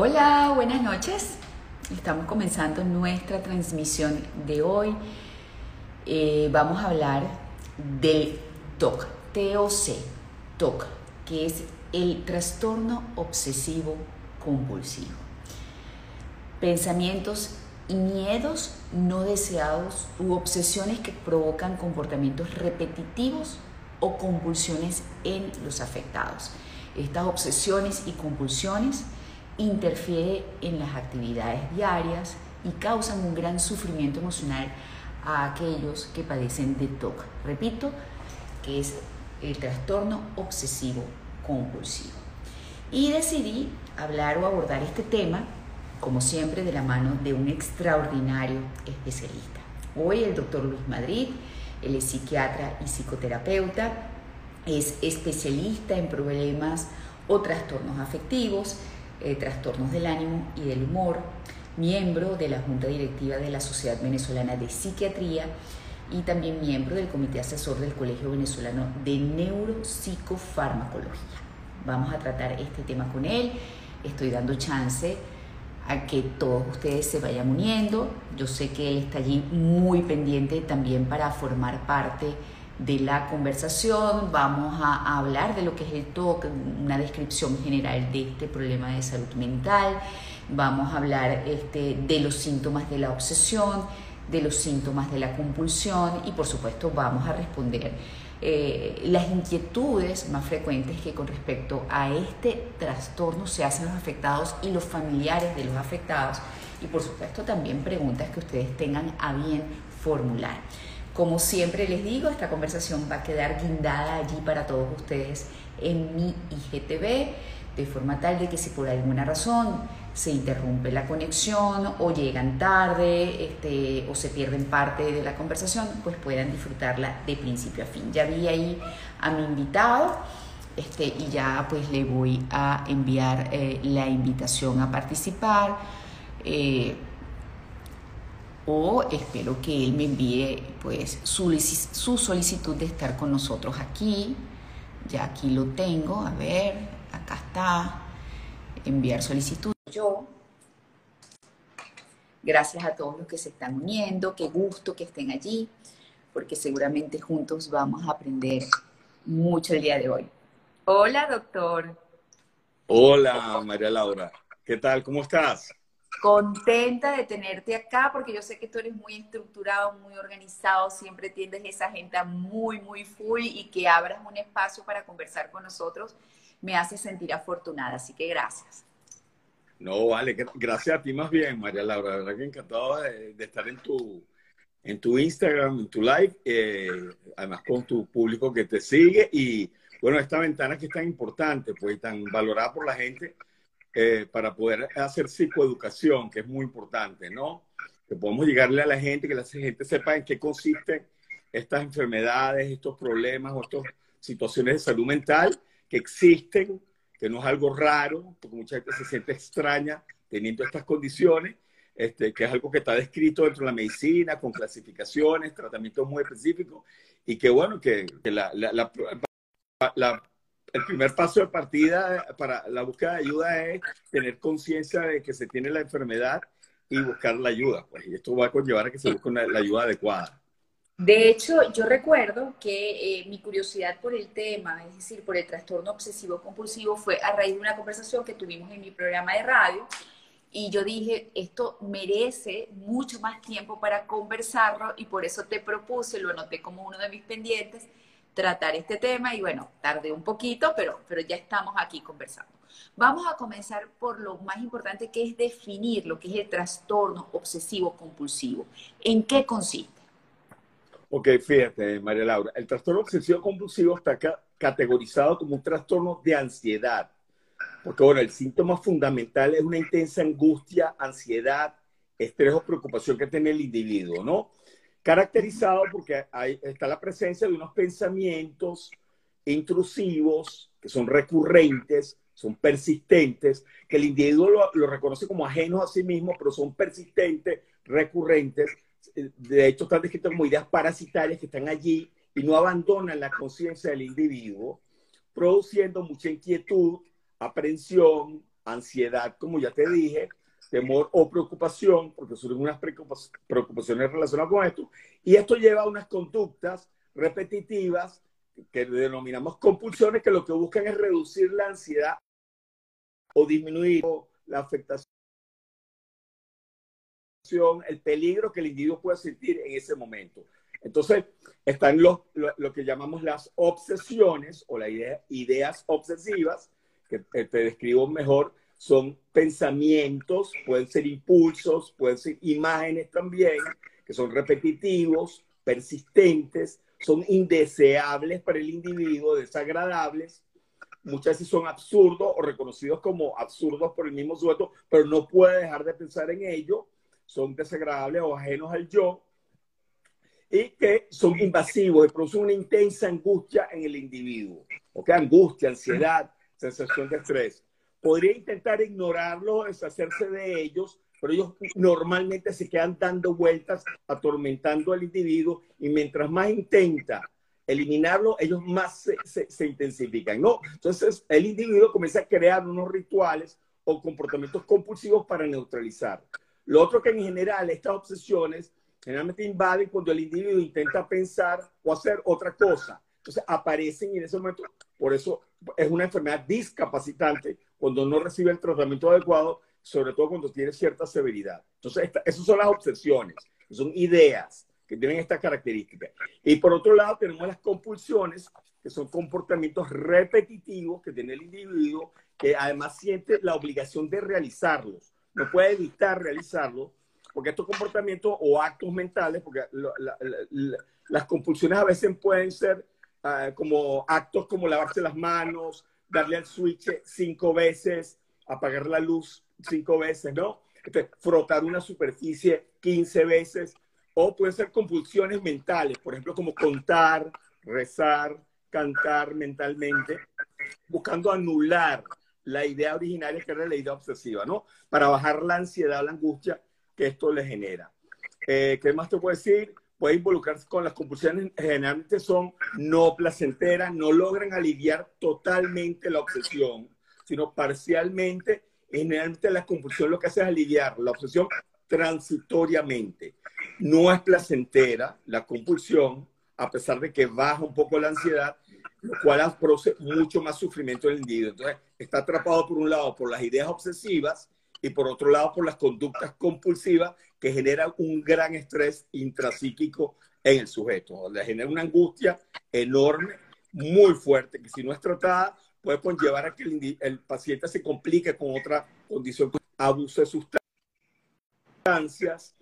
Hola, buenas noches. Estamos comenzando nuestra transmisión de hoy. Vamos a hablar del TOC, TOC, TOC, que es el trastorno obsesivo compulsivo. Pensamientos y miedos no deseados u obsesiones que provocan comportamientos repetitivos o compulsiones en los afectados. Estas obsesiones y compulsiones interfieren en las actividades diarias y causan un gran sufrimiento emocional a aquellos que padecen de TOC. Repito, que es el trastorno obsesivo compulsivo. Y decidí hablar o abordar este tema, como siempre, de la mano de un extraordinario especialista. Hoy el doctor Luis Madrid, él es psiquiatra y psicoterapeuta, es especialista en problemas o trastornos afectivos, trastornos del ánimo y del humor, miembro de la Junta Directiva de la Sociedad Venezolana de Psiquiatría y también miembro del Comité Asesor del Colegio Venezolano de Neuropsicofarmacología. Vamos a tratar este tema con él. Estoy dando chance a que todos ustedes se vayan uniendo. Yo sé que él está allí muy pendiente también para formar parte de la conversación. Vamos a hablar de lo que es el TOC, una descripción general de este problema de salud mental. Vamos a hablar de los síntomas de la obsesión, de los síntomas de la compulsión y por supuesto vamos a responder las inquietudes más frecuentes que con respecto a este trastorno se hacen los afectados y los familiares de los afectados y por supuesto también preguntas que ustedes tengan a bien formular. Como siempre les digo, esta conversación va a quedar guindada allí para todos ustedes en mi IGTV, de forma tal de que si por alguna razón se interrumpe la conexión o llegan tarde o se pierden parte de la conversación, pues puedan disfrutarla de principio a fin. Ya vi ahí a mi invitado y ya pues le voy a enviar la invitación a participar. O espero que él me envíe pues su solicitud de estar con nosotros aquí. Ya aquí lo tengo, a ver, acá está, enviar solicitud. Yo, gracias a todos los que se están uniendo, qué gusto que estén allí, porque seguramente juntos vamos a aprender mucho el día de hoy. Hola, doctor. Hola, María Laura. ¿Qué tal? ¿Cómo estás? Contenta de tenerte acá porque yo sé que tú eres muy estructurado, muy organizado, siempre tienes esa agenda muy, muy full y que abras un espacio para conversar con nosotros me hace sentir afortunada, así que gracias. No, vale, gracias a ti más bien, María Laura. La verdad que encantado de estar en tu Instagram, en tu live, además con tu público que te sigue y bueno, esta ventana que es tan importante, pues tan valorada por la gente para poder hacer psicoeducación, que es muy importante, ¿no? Que podamos llegarle a la gente, que la gente sepa en qué consisten estas enfermedades, estos problemas o estas situaciones de salud mental que existen, que no es algo raro, porque mucha gente se siente extraña teniendo estas condiciones, que es algo que está descrito dentro de la medicina, con clasificaciones, tratamientos muy específicos, y que bueno, que el primer paso de partida para la búsqueda de ayuda es tener conciencia de que se tiene la enfermedad y buscar la ayuda. Pues, y esto va a conllevar a que se busque la ayuda adecuada. De hecho, yo recuerdo que mi curiosidad por el tema, es decir, por el trastorno obsesivo compulsivo, fue a raíz de una conversación que tuvimos en mi programa de radio y yo dije, esto merece mucho más tiempo para conversarlo y por eso te propuse, lo anoté como uno de mis pendientes, tratar este tema y bueno, tardé un poquito, pero ya estamos aquí conversando. Vamos a comenzar por lo más importante que es definir lo que es el trastorno obsesivo compulsivo. ¿En qué consiste? Ok, fíjate, María Laura, el trastorno obsesivo compulsivo está categorizado como un trastorno de ansiedad, porque bueno, el síntoma fundamental es una intensa angustia, ansiedad, estrés o preocupación que tiene el individuo, ¿no? Caracterizado porque está la presencia de unos pensamientos intrusivos que son recurrentes, son persistentes, que el individuo lo reconoce como ajenos a sí mismo, pero son persistentes, recurrentes. De hecho, están descritos como ideas parasitarias que están allí y no abandonan la conciencia del individuo, produciendo mucha inquietud, aprensión, ansiedad, como ya te dije, temor o preocupación, porque surgen unas preocupaciones relacionadas con esto, y esto lleva a unas conductas repetitivas que denominamos compulsiones, que lo que buscan es reducir la ansiedad o disminuir la afectación, el peligro que el individuo puede sentir en ese momento. Entonces, están lo que llamamos las obsesiones o las ideas obsesivas, que te describo mejor. Son pensamientos, pueden ser impulsos, pueden ser imágenes también, que son repetitivos, persistentes, son indeseables para el individuo, desagradables. Muchas veces son absurdos o reconocidos como absurdos por el mismo sujeto, pero no puede dejar de pensar en ello. Son desagradables o ajenos al yo, y que son invasivos y producen una intensa angustia en el individuo. ¿Ok? Angustia, ansiedad, sensación de estrés. Podría intentar ignorarlos, deshacerse de ellos, pero ellos normalmente se quedan dando vueltas, atormentando al individuo, y mientras más intenta eliminarlo, ellos más se intensifican, ¿no? Entonces, el individuo comienza a crear unos rituales o comportamientos compulsivos para neutralizar. Lo otro, que en general estas obsesiones generalmente invaden cuando el individuo intenta pensar o hacer otra cosa. Entonces aparecen, y en ese momento, por eso es una enfermedad discapacitante cuando no recibe el tratamiento adecuado, sobre todo cuando tiene cierta severidad. Entonces, esas son las obsesiones, que son ideas que tienen esta característica. Y por otro lado, tenemos las compulsiones, que son comportamientos repetitivos que tiene el individuo, que además siente la obligación de realizarlos. No puede evitar realizarlos, porque estos comportamientos o actos mentales, porque las compulsiones a veces pueden ser como actos como lavarse las manos, darle al switch 5 veces, apagar la luz 5 veces, ¿no? Entonces, frotar una superficie 15 veces, o pueden ser compulsiones mentales, por ejemplo, como contar, rezar, cantar mentalmente, buscando anular la idea originaria, que era la idea obsesiva, ¿no? Para bajar la ansiedad, la angustia que esto le genera. ¿Qué más te puedo decir? Puede involucrarse con las compulsiones, generalmente son no placenteras, no logran aliviar totalmente la obsesión, sino parcialmente. Generalmente la compulsión lo que hace es aliviar la obsesión transitoriamente. No es placentera la compulsión, a pesar de que baja un poco la ansiedad, lo cual produce mucho más sufrimiento en el individuo. Entonces, está atrapado por un lado por las ideas obsesivas y por otro lado por las conductas compulsivas, que generan un gran estrés intrapsíquico en el sujeto. Le genera una angustia enorme, muy fuerte, que si no es tratada puede conllevar a que el paciente se complique con otra condición, abuso de sustancias,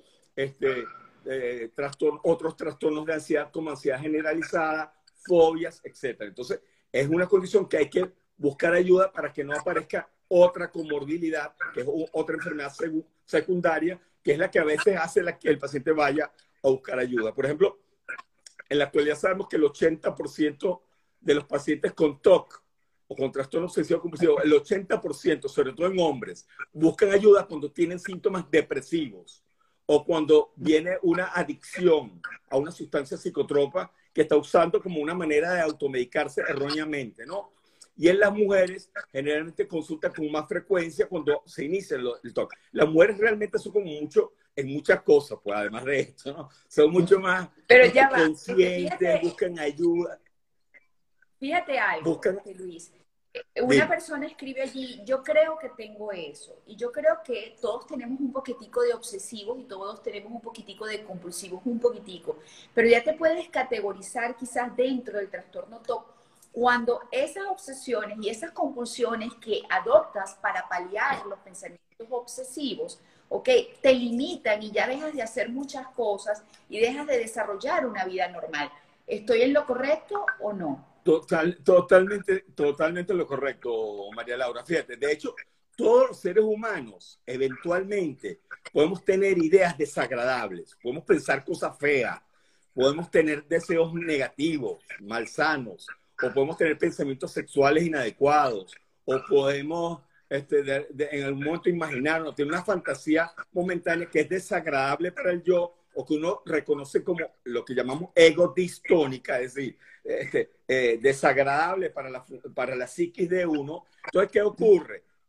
otros trastornos de ansiedad como ansiedad generalizada, fobias, etc. Entonces, es una condición que hay que buscar ayuda para que no aparezca otra comorbilidad, que es otra enfermedad secundaria, que es la que a veces hace que el paciente vaya a buscar ayuda. Por ejemplo, en la actualidad sabemos que el 80% de los pacientes con TOC o con trastorno obsesivo compulsivo, el 80%, sobre todo en hombres, buscan ayuda cuando tienen síntomas depresivos o cuando viene una adicción a una sustancia psicotropa que está usando como una manera de automedicarse erróneamente, ¿no? Y en las mujeres generalmente consultan con más frecuencia cuando se inicia el TOC. Las mujeres realmente son como mucho en muchas cosas, pues además de esto, ¿no? Son mucho más Pero ya va, conscientes, buscan ayuda. Fíjate algo, Buscan, Luis. Una persona escribe allí, yo creo que tengo eso, y yo creo que todos tenemos un poquitico de obsesivos y todos tenemos un poquitico de compulsivos, un poquitico, pero ya te puedes categorizar quizás dentro del trastorno TOC cuando esas obsesiones y esas compulsiones que adoptas para paliar los pensamientos obsesivos, ¿ok? Te limitan y ya dejas de hacer muchas cosas y dejas de desarrollar una vida normal. ¿Estoy en lo correcto o no? Totalmente lo correcto, María Laura. Fíjate, de hecho, todos los seres humanos eventualmente podemos tener ideas desagradables, podemos pensar cosas feas, podemos tener deseos negativos, malsanos, o podemos tener pensamientos sexuales inadecuados, o podemos en algún momento imaginarnos, tener una fantasía momentánea que es desagradable para el yo, o que uno reconoce como lo que llamamos ego distónica, es decir, desagradable para la psiquis de uno. Entonces, ¿qué ocurre?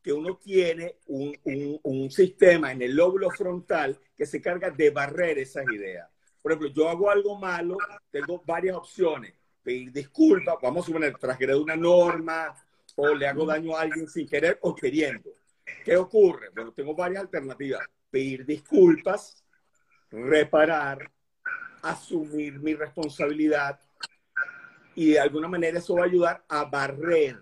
que uno tiene un sistema en el lóbulo frontal que se encarga de barrer esas ideas. Por ejemplo, yo hago algo malo, tengo varias opciones. Pedir disculpas, vamos a suponer, transgredir una norma o le hago daño a alguien sin querer o queriendo. ¿Qué ocurre? Bueno, tengo varias alternativas. Pedir disculpas, reparar, asumir mi responsabilidad y de alguna manera eso va a ayudar a barrer.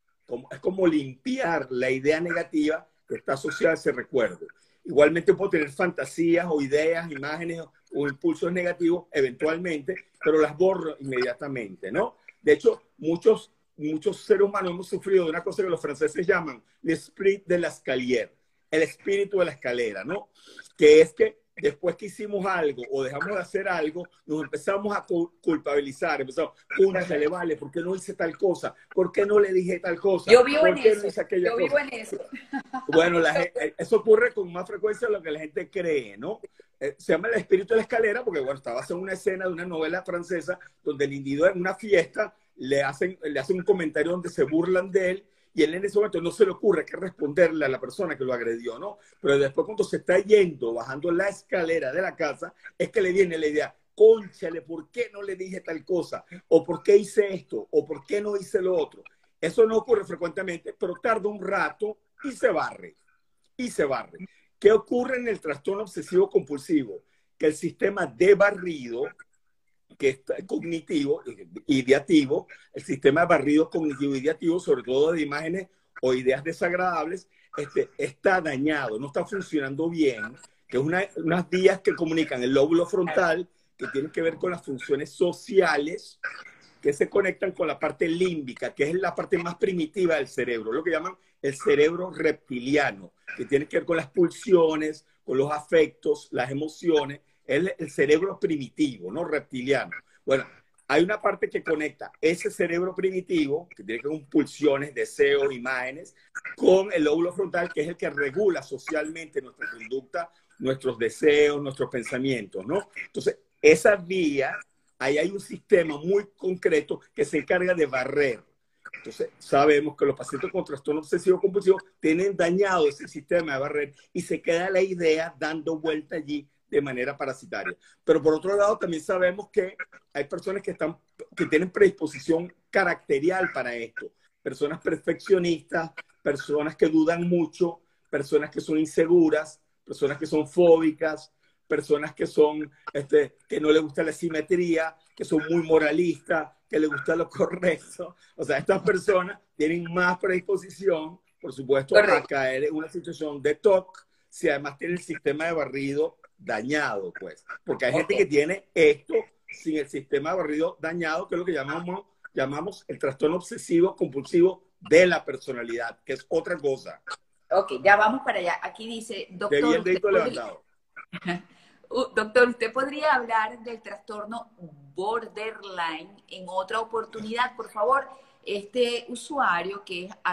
Es como limpiar la idea negativa que está asociada a ese recuerdo. Igualmente puedo tener fantasías o ideas, imágenes o impulsos negativos eventualmente, pero las borro inmediatamente, ¿no? De hecho, muchos seres humanos hemos sufrido de una cosa que los franceses llaman l'esprit de l'escalier, el espíritu de la escalera, ¿no? Que es que después que hicimos algo o dejamos de hacer algo, nos empezamos a culpabilizar, empezamos, le vale, ¿por qué no hice tal cosa? ¿Por qué no le dije tal cosa? Yo vivo ¿Por en qué eso, no hice aquella yo cosa? vivo en eso. Bueno, eso ocurre con más frecuencia de lo que la gente cree, ¿no? Se llama el espíritu de la escalera porque, bueno, está basado en una escena de una novela francesa donde el individuo en una fiesta le hacen un comentario donde se burlan de él y él en ese momento no se le ocurre que responderle a la persona que lo agredió, ¿no? Pero después cuando se está yendo, bajando la escalera de la casa, es que le viene la idea, cónchale, ¿por qué no le dije tal cosa? ¿O por qué hice esto? ¿O por qué no hice lo otro? Eso no ocurre frecuentemente, pero tarda un rato y se barre. Y se barre. ¿Qué ocurre en el trastorno obsesivo compulsivo? Que el sistema de barrido, que es cognitivo, ideativo, el sistema de barrido cognitivo ideativo, sobre todo de imágenes o ideas desagradables, está dañado, no está funcionando bien, que es unas vías que comunican el lóbulo frontal, que tienen que ver con las funciones sociales, que se conectan con la parte límbica, que es la parte más primitiva del cerebro, lo que llaman el cerebro reptiliano, que tiene que ver con las pulsiones, con los afectos, las emociones, es el cerebro primitivo, ¿no? Reptiliano. Bueno, hay una parte que conecta ese cerebro primitivo, que tiene que ver con pulsiones, deseos, imágenes, con el lóbulo frontal, que es el que regula socialmente nuestra conducta, nuestros deseos, nuestros pensamientos, ¿no? Entonces, esa vía, ahí hay un sistema muy concreto que se encarga de barrer. Entonces, sabemos que los pacientes con trastorno obsesivo compulsivo tienen dañado ese sistema de barrer y se queda la idea dando vuelta allí de manera parasitaria. Pero por otro lado, también sabemos que hay personas que tienen predisposición caracterial para esto. Personas perfeccionistas, personas que dudan mucho, personas que son inseguras, personas que son fóbicas, personas que son, que no les gusta la simetría, que son muy moralistas, que les gusta lo correcto. O sea, estas personas tienen más predisposición, por supuesto, a caer en una situación de TOC, si además tienen el sistema de barrido dañado, pues. Porque hay gente que tiene esto sin el sistema de barrido dañado, que es lo que llamamos el trastorno obsesivo compulsivo de la personalidad, que es otra cosa. Ok, ya vamos para allá. Aquí dice, doctor, de bien dedito levantado. Doctor, ¿usted podría hablar del trastorno borderline en otra oportunidad, por favor? Este usuario, que es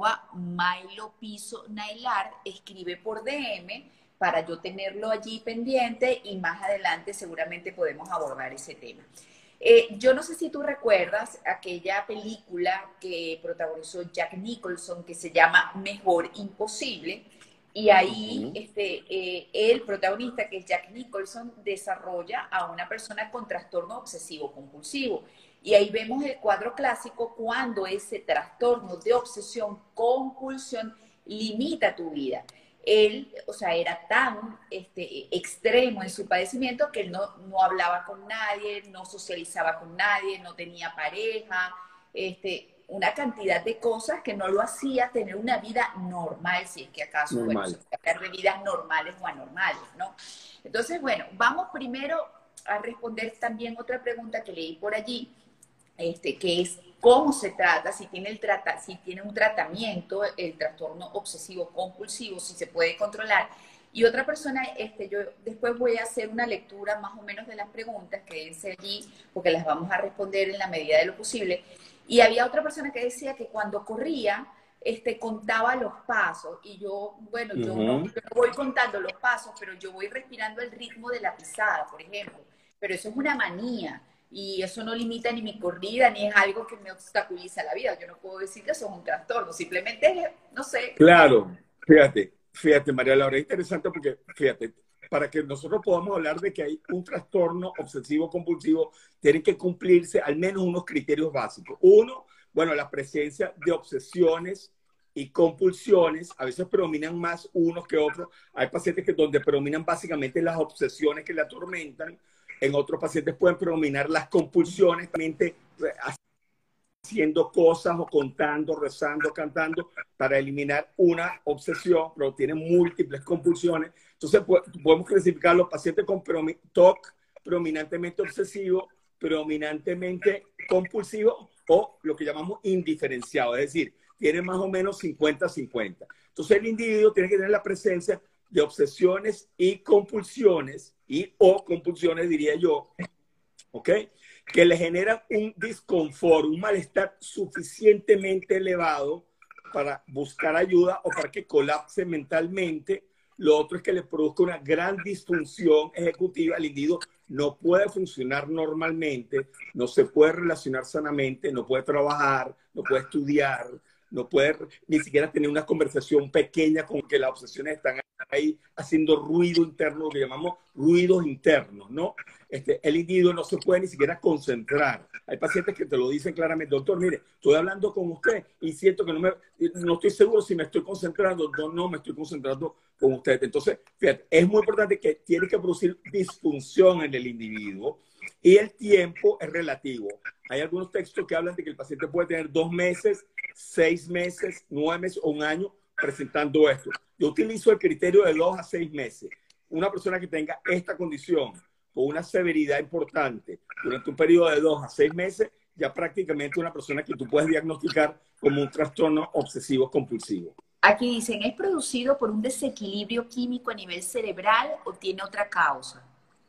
@MiloPisoNailar, escribe por DM para yo tenerlo allí pendiente y más adelante seguramente podemos abordar ese tema. Yo no sé si tú recuerdas aquella película que protagonizó Jack Nicholson que se llama Mejor Imposible. Y ahí el protagonista, que es Jack Nicholson, desarrolla a una persona con trastorno obsesivo compulsivo. Y ahí vemos el cuadro clásico cuando ese trastorno de obsesión compulsión limita tu vida. Él, o sea, era tan extremo en su padecimiento que él no hablaba con nadie, no socializaba con nadie, no tenía pareja, una cantidad de cosas que no lo hacía tener una vida normal, si es que acaso, bueno, se puede hablar de vidas normales o anormales, ¿no? Entonces, bueno, vamos primero a responder también otra pregunta que leí por allí, que es cómo se trata, si tiene un tratamiento, el trastorno obsesivo compulsivo, si se puede controlar. Y otra persona, yo después voy a hacer una lectura más o menos de las preguntas, quédense allí, porque las vamos a responder en la medida de lo posible. Y había otra persona que decía que cuando corría, contaba los pasos. Y yo, bueno, yo no voy contando los pasos, pero yo voy respirando el ritmo de la pisada, por ejemplo. Pero eso es una manía. y eso no limita ni mi corrida, ni es algo que me obstaculiza la vida. Yo no puedo decir que eso es un trastorno, simplemente es, no sé. Claro, fíjate, María Laura, es interesante porque, fíjate, para que nosotros podamos hablar de que hay un trastorno obsesivo compulsivo, tienen que cumplirse al menos unos criterios básicos. Uno, bueno, la presencia de obsesiones y compulsiones, a veces predominan más unos que otros. Hay pacientes que donde predominan básicamente las obsesiones que le atormentan, en otros pacientes pueden predominar las compulsiones, haciendo cosas o contando, rezando, cantando para eliminar una obsesión, pero tienen múltiples compulsiones. Entonces podemos clasificar a los pacientes con TOC predominantemente obsesivo, predominantemente compulsivo o lo que llamamos indiferenciado, es decir, tiene más o menos 50-50. Entonces el individuo tiene que tener la presencia de obsesiones y compulsiones, o compulsiones diría yo, ¿ok? Que le generan un disconfort, un malestar suficientemente elevado para buscar ayuda o para que colapse mentalmente. Lo otro es que le produzca una gran disfunción ejecutiva. El individuo no puede funcionar normalmente, no se puede relacionar sanamente, no puede trabajar, no puede estudiar, no puede ni siquiera tener una conversación pequeña con que las obsesiones están ahí haciendo ruido interno, lo que llamamos ruidos internos, ¿no? El individuo no se puede ni siquiera concentrar. Hay pacientes que te lo dicen claramente, doctor, mire, estoy hablando con usted y siento que no estoy seguro si me estoy concentrando, no me estoy concentrando con usted. Entonces, fíjate, es muy importante que tiene que producir disfunción en el individuo y el tiempo es relativo. Hay algunos textos que hablan de que el paciente puede tener 2 meses, 6 meses, 9 meses o un año presentando esto. Yo utilizo el criterio de 2 a 6 meses. Una persona que tenga esta condición con una severidad importante durante un periodo de 2 a 6 meses, ya prácticamente una persona que tú puedes diagnosticar como un trastorno obsesivo compulsivo. Aquí dicen, ¿es producido por un desequilibrio químico a nivel cerebral o tiene otra causa?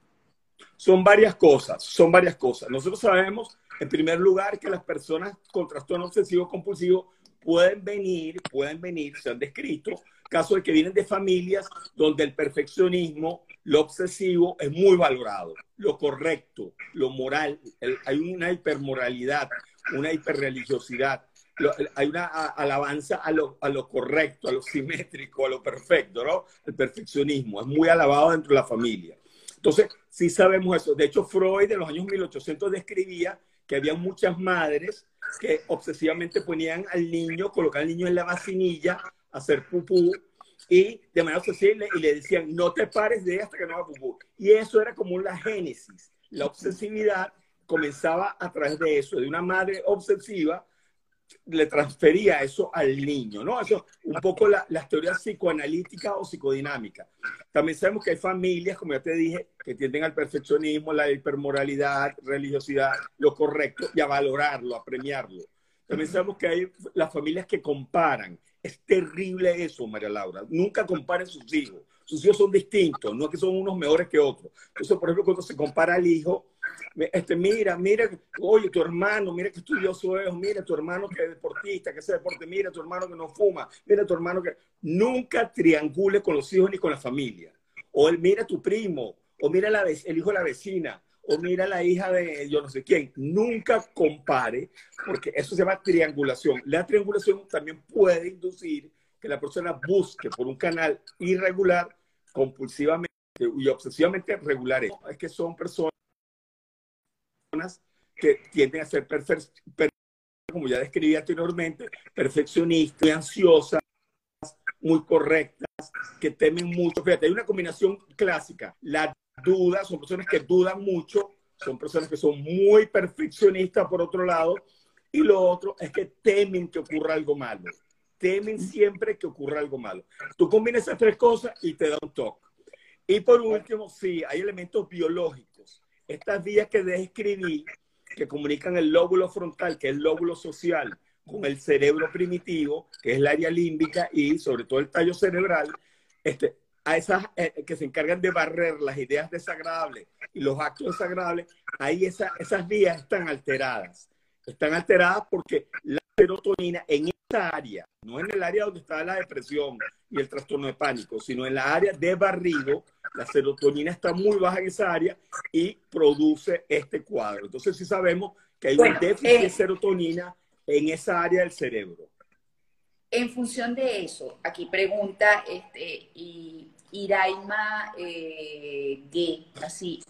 Son varias cosas, son varias cosas. Nosotros sabemos, en primer lugar, que las personas con trastorno obsesivo compulsivo pueden venir, se han descrito casos de que vienen de familias donde el perfeccionismo, lo obsesivo es muy valorado, lo correcto, lo moral, hay una hipermoralidad, una hiperreligiosidad, hay una alabanza a lo correcto, a lo simétrico, a lo perfecto, ¿no? El perfeccionismo es muy alabado dentro de la familia. Entonces, sí sabemos eso. De hecho, Freud en los años 1800 describía que había muchas madres que obsesivamente ponían al niño, colocaban al niño en la vacinilla a hacer pupú y de manera obsesiva y le decían, no te pares de ahí hasta que no haga pupú. Y eso era como la génesis. La obsesividad comenzaba a través de eso, de una madre obsesiva le transfería eso al niño, ¿no? Eso un poco las teorías psicoanalíticas o psicodinámicas. También sabemos que hay familias, como ya te dije, que tienden al perfeccionismo, la hipermoralidad, religiosidad, lo correcto, y a valorarlo, a premiarlo. También sabemos que hay las familias que comparan. Es terrible eso, María Laura. Nunca comparen sus hijos. Sus hijos son distintos, no es que son unos mejores que otros. Entonces, por ejemplo, cuando se compara al hijo, mira, oye, tu hermano, mira que estudioso es, mira tu hermano que es deportista, que hace deporte, mira tu hermano que no fuma, mira tu hermano que... Nunca triangule con los hijos ni con la familia. O mira tu primo, o mira el hijo de la vecina, o mira la hija de yo no sé quién. Nunca compare, porque eso se llama triangulación. La triangulación también puede inducir que la persona busque por un canal irregular, compulsivamente y obsesivamente regular. Es que son personas que tienden a ser como ya describí anteriormente, perfeccionistas, muy ansiosas, muy correctas, que temen mucho. Fíjate, hay una combinación clásica. La duda, son personas que dudan mucho, son personas que son muy perfeccionistas por otro lado, y lo otro es que temen que ocurra algo malo. Temen siempre que ocurra algo malo. Tú combinas esas 3 cosas y te da un toque. Y por último, sí, hay elementos biológicos. Estas vías que describí, que comunican el lóbulo frontal, que es el lóbulo social, con el cerebro primitivo, que es el área límbica y sobre todo el tallo cerebral, a esas que se encargan de barrer las ideas desagradables y los actos desagradables, ahí esas vías están alteradas. Están alteradas porque la serotonina en esta área, no en el área donde está la depresión y el trastorno de pánico, sino en la área de barrido, la serotonina está muy baja en esa área y produce este cuadro. Entonces sí sabemos que hay un Bueno, déficit de serotonina en esa área del cerebro. en función de eso, aquí pregunta Iraima Gue, así,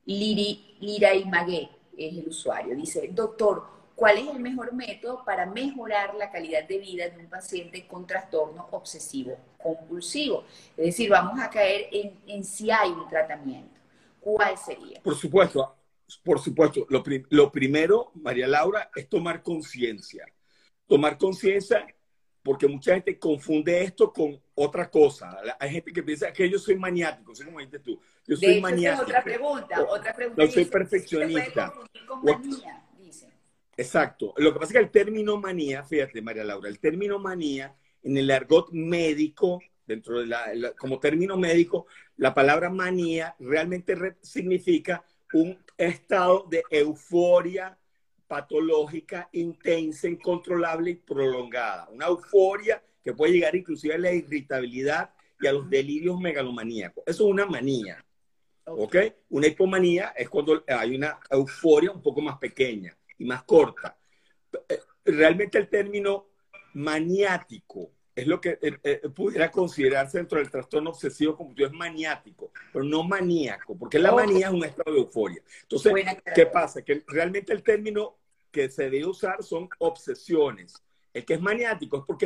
Liraima Gue es el usuario. Dice, doctor, ¿cuál es el mejor método para mejorar la calidad de vida de un paciente con trastorno obsesivo compulsivo? Es decir, vamos a caer en si hay un tratamiento. ¿Cuál sería? Por supuesto, por supuesto. Lo primero, María Laura, es tomar conciencia. Tomar conciencia porque mucha gente confunde esto con otra cosa. Hay gente que piensa que yo soy maniático, así como dices tú. Yo soy De hecho, esa es maniático. otra pregunta. No soy Dice, perfeccionista. ¿se puede confundir con manía? Dice. Exacto. Lo que pasa es que el término manía, fíjate, María Laura, el término manía en el argot médico, dentro de como término médico, la palabra manía realmente significa un estado de euforia patológica, intensa, incontrolable y prolongada. Una euforia que puede llegar inclusive a la irritabilidad y a los delirios megalomaníacos. Eso es una manía. ¿Ok? Una hipomanía es cuando hay una euforia un poco más pequeña y más corta. Realmente el término maniático es lo que pudiera considerarse dentro del trastorno obsesivo compulsivo, es maniático, pero no maníaco, porque la manía es un estado de euforia. Entonces, ¿qué pasa? Que realmente el término que se debe usar son obsesiones. El que es maniático es porque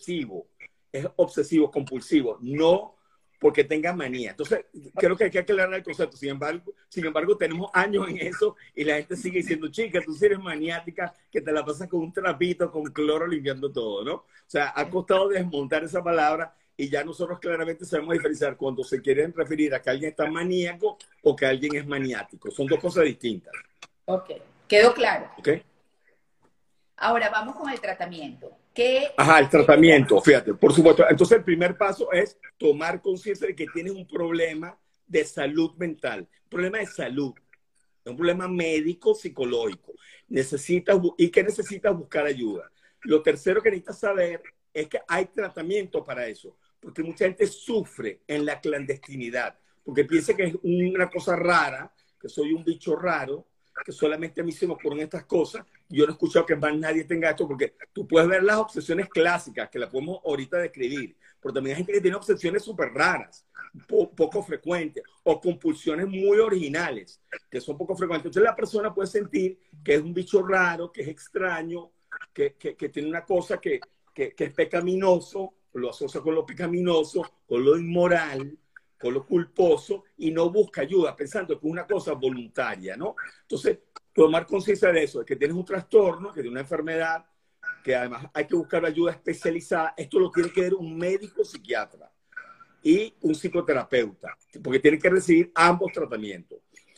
es obsesivo compulsivo, no porque tenga manía. Entonces, creo que hay que aclarar el concepto. Sin embargo, tenemos años en eso y la gente sigue diciendo, chica, tú sí eres maniática, que te la pasas con un trapito, con cloro limpiando todo, ¿no? O sea, ha costado desmontar esa palabra y ya nosotros claramente sabemos diferenciar cuando se quieren referir a que alguien está maníaco o que alguien es maniático. Son dos cosas distintas. Ok, quedó claro. ¿Ok? Ahora vamos con el tratamiento. Ajá, el tratamiento, fíjate, por supuesto. Entonces, el primer paso es tomar conciencia de que tienes un problema de salud mental, un problema de salud, un problema médico, psicológico. ¿Y que necesitas buscar ayuda? Lo tercero que necesitas saber es que hay tratamiento para eso, porque mucha gente sufre en la clandestinidad, porque piensa que es una cosa rara, que soy un bicho raro, que solamente a mí se me ocurren estas cosas. Yo no he escuchado que más nadie tenga esto, porque tú puedes ver las obsesiones clásicas, que las podemos ahorita describir, pero también hay gente que tiene obsesiones súper raras, poco frecuentes, o compulsiones muy originales, que son poco frecuentes. Entonces la persona puede sentir que es un bicho raro, que es extraño, que tiene una cosa que es pecaminoso, lo asocia con lo pecaminoso, con lo inmoral, con lo culposo, y no busca ayuda pensando que es una cosa voluntaria, ¿no? Entonces, tomar conciencia de eso, de que tienes un trastorno, que tienes una enfermedad, que además hay que buscar ayuda especializada. Esto lo tiene que ver un médico psiquiatra y un psicoterapeuta, porque tienen que recibir ambos tratamientos.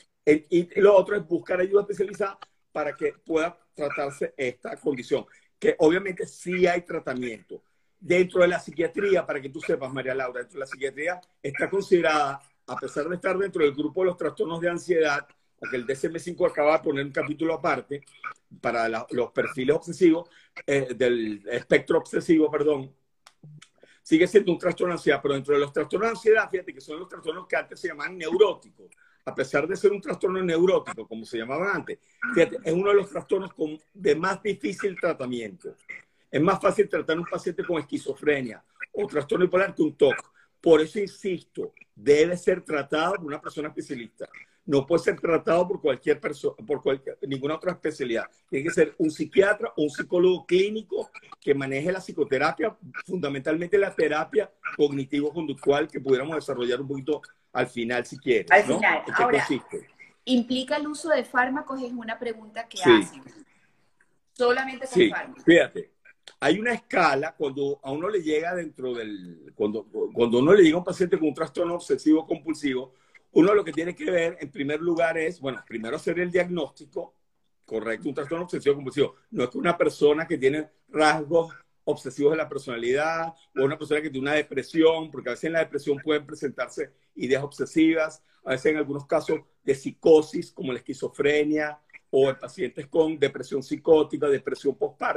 Y lo otro es buscar ayuda especializada para que pueda tratarse esta condición, que obviamente sí hay tratamiento. Dentro de la psiquiatría, para que tú sepas, María Laura, dentro de la psiquiatría está considerada, a pesar de estar dentro del grupo de los trastornos de ansiedad, porque el DSM-5 acaba de poner un capítulo aparte para los perfiles obsesivos, del espectro obsesivo, perdón, sigue siendo un trastorno de ansiedad, pero dentro de los trastornos de ansiedad, fíjate que son los trastornos que antes se llamaban neuróticos, a pesar de ser un trastorno neurótico, como se llamaba antes, fíjate, es uno de los trastornos de más difícil tratamiento. Es más fácil tratar a un paciente con esquizofrenia o trastorno bipolar que un TOC. Por eso insisto, debe ser tratado por una persona especialista. No puede ser tratado por cualquier persona, ninguna otra especialidad. Tiene que ser un psiquiatra o un psicólogo clínico que maneje la psicoterapia, fundamentalmente la terapia cognitivo-conductual, que pudiéramos desarrollar un poquito al final, si quieres. Al final, ¿En qué ahora, consiste? ¿implica el uso de fármacos? Es una pregunta que Sí. hacen. Solamente con fármacos. Fíjate. Hay una escala cuando a uno le llega cuando uno le llega a un paciente con un trastorno obsesivo compulsivo, uno lo que tiene que ver en primer lugar es, bueno, primero hacer el diagnóstico correcto, un trastorno obsesivo compulsivo. No es que una persona que tiene rasgos obsesivos de la personalidad o una persona que tiene una depresión, porque a veces en la depresión pueden presentarse ideas obsesivas, a veces en algunos casos de psicosis como la esquizofrenia, o en pacientes con depresión psicótica, depresión postparto.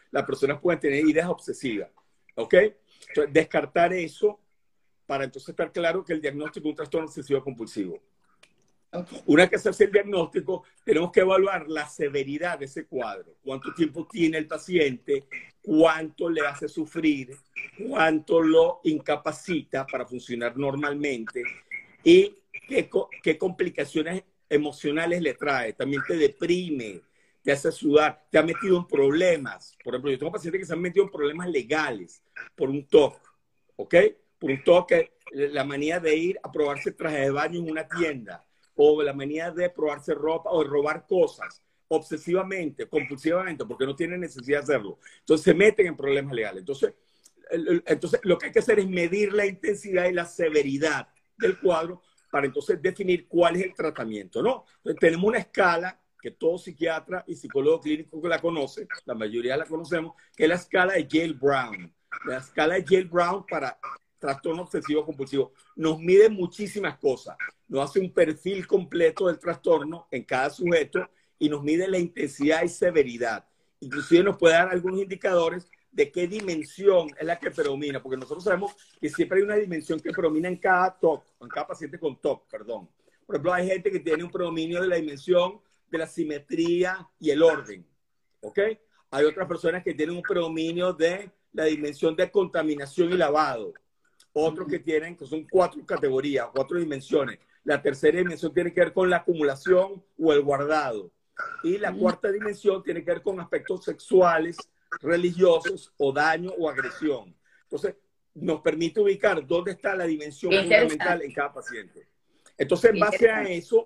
las personas pueden tener ideas obsesivas. ¿Ok? Entonces, descartar eso para entonces estar claro que el diagnóstico es un trastorno obsesivo compulsivo. Okay. Una vez que se hace el diagnóstico, tenemos que evaluar la severidad de ese cuadro. Cuánto tiempo tiene el paciente, cuánto le hace sufrir, cuánto lo incapacita para funcionar normalmente y qué complicaciones emocionales le trae. También te deprime, te hace sudar, te ha metido en problemas. Por ejemplo, yo tengo pacientes que se han metido en problemas legales por un TOC, ¿ok? Por un TOC, la manía de ir a probarse traje de baño en una tienda, o la manía de probarse ropa o de robar cosas obsesivamente, compulsivamente, porque no tienen necesidad de hacerlo. Entonces se meten en problemas legales. Entonces lo que hay que hacer es medir la intensidad y la severidad del cuadro para entonces definir cuál es el tratamiento, ¿no? Entonces tenemos una escala que todo psiquiatra y psicólogo clínico que la conoce, la mayoría la conocemos, que es la escala de Yale Brown. La escala de Yale Brown para trastorno obsesivo compulsivo nos mide muchísimas cosas. Nos hace un perfil completo del trastorno en cada sujeto y nos mide la intensidad y severidad. Inclusive nos puede dar algunos indicadores de qué dimensión es la que predomina, porque nosotros sabemos que siempre hay una dimensión que predomina en cada TOC, en cada paciente con TOC, perdón. Por ejemplo, hay gente que tiene un predominio de la dimensión de la simetría y el orden, ¿ok? Hay otras personas que tienen un predominio de la dimensión de contaminación y lavado. Otros que tienen, que son 4 categorías, 4 dimensiones. La tercera dimensión tiene que ver con la acumulación o el guardado. Y la cuarta dimensión tiene que ver con aspectos sexuales, religiosos o daño o agresión. Entonces, nos permite ubicar dónde está la dimensión fundamental en cada paciente. Entonces, en base a eso,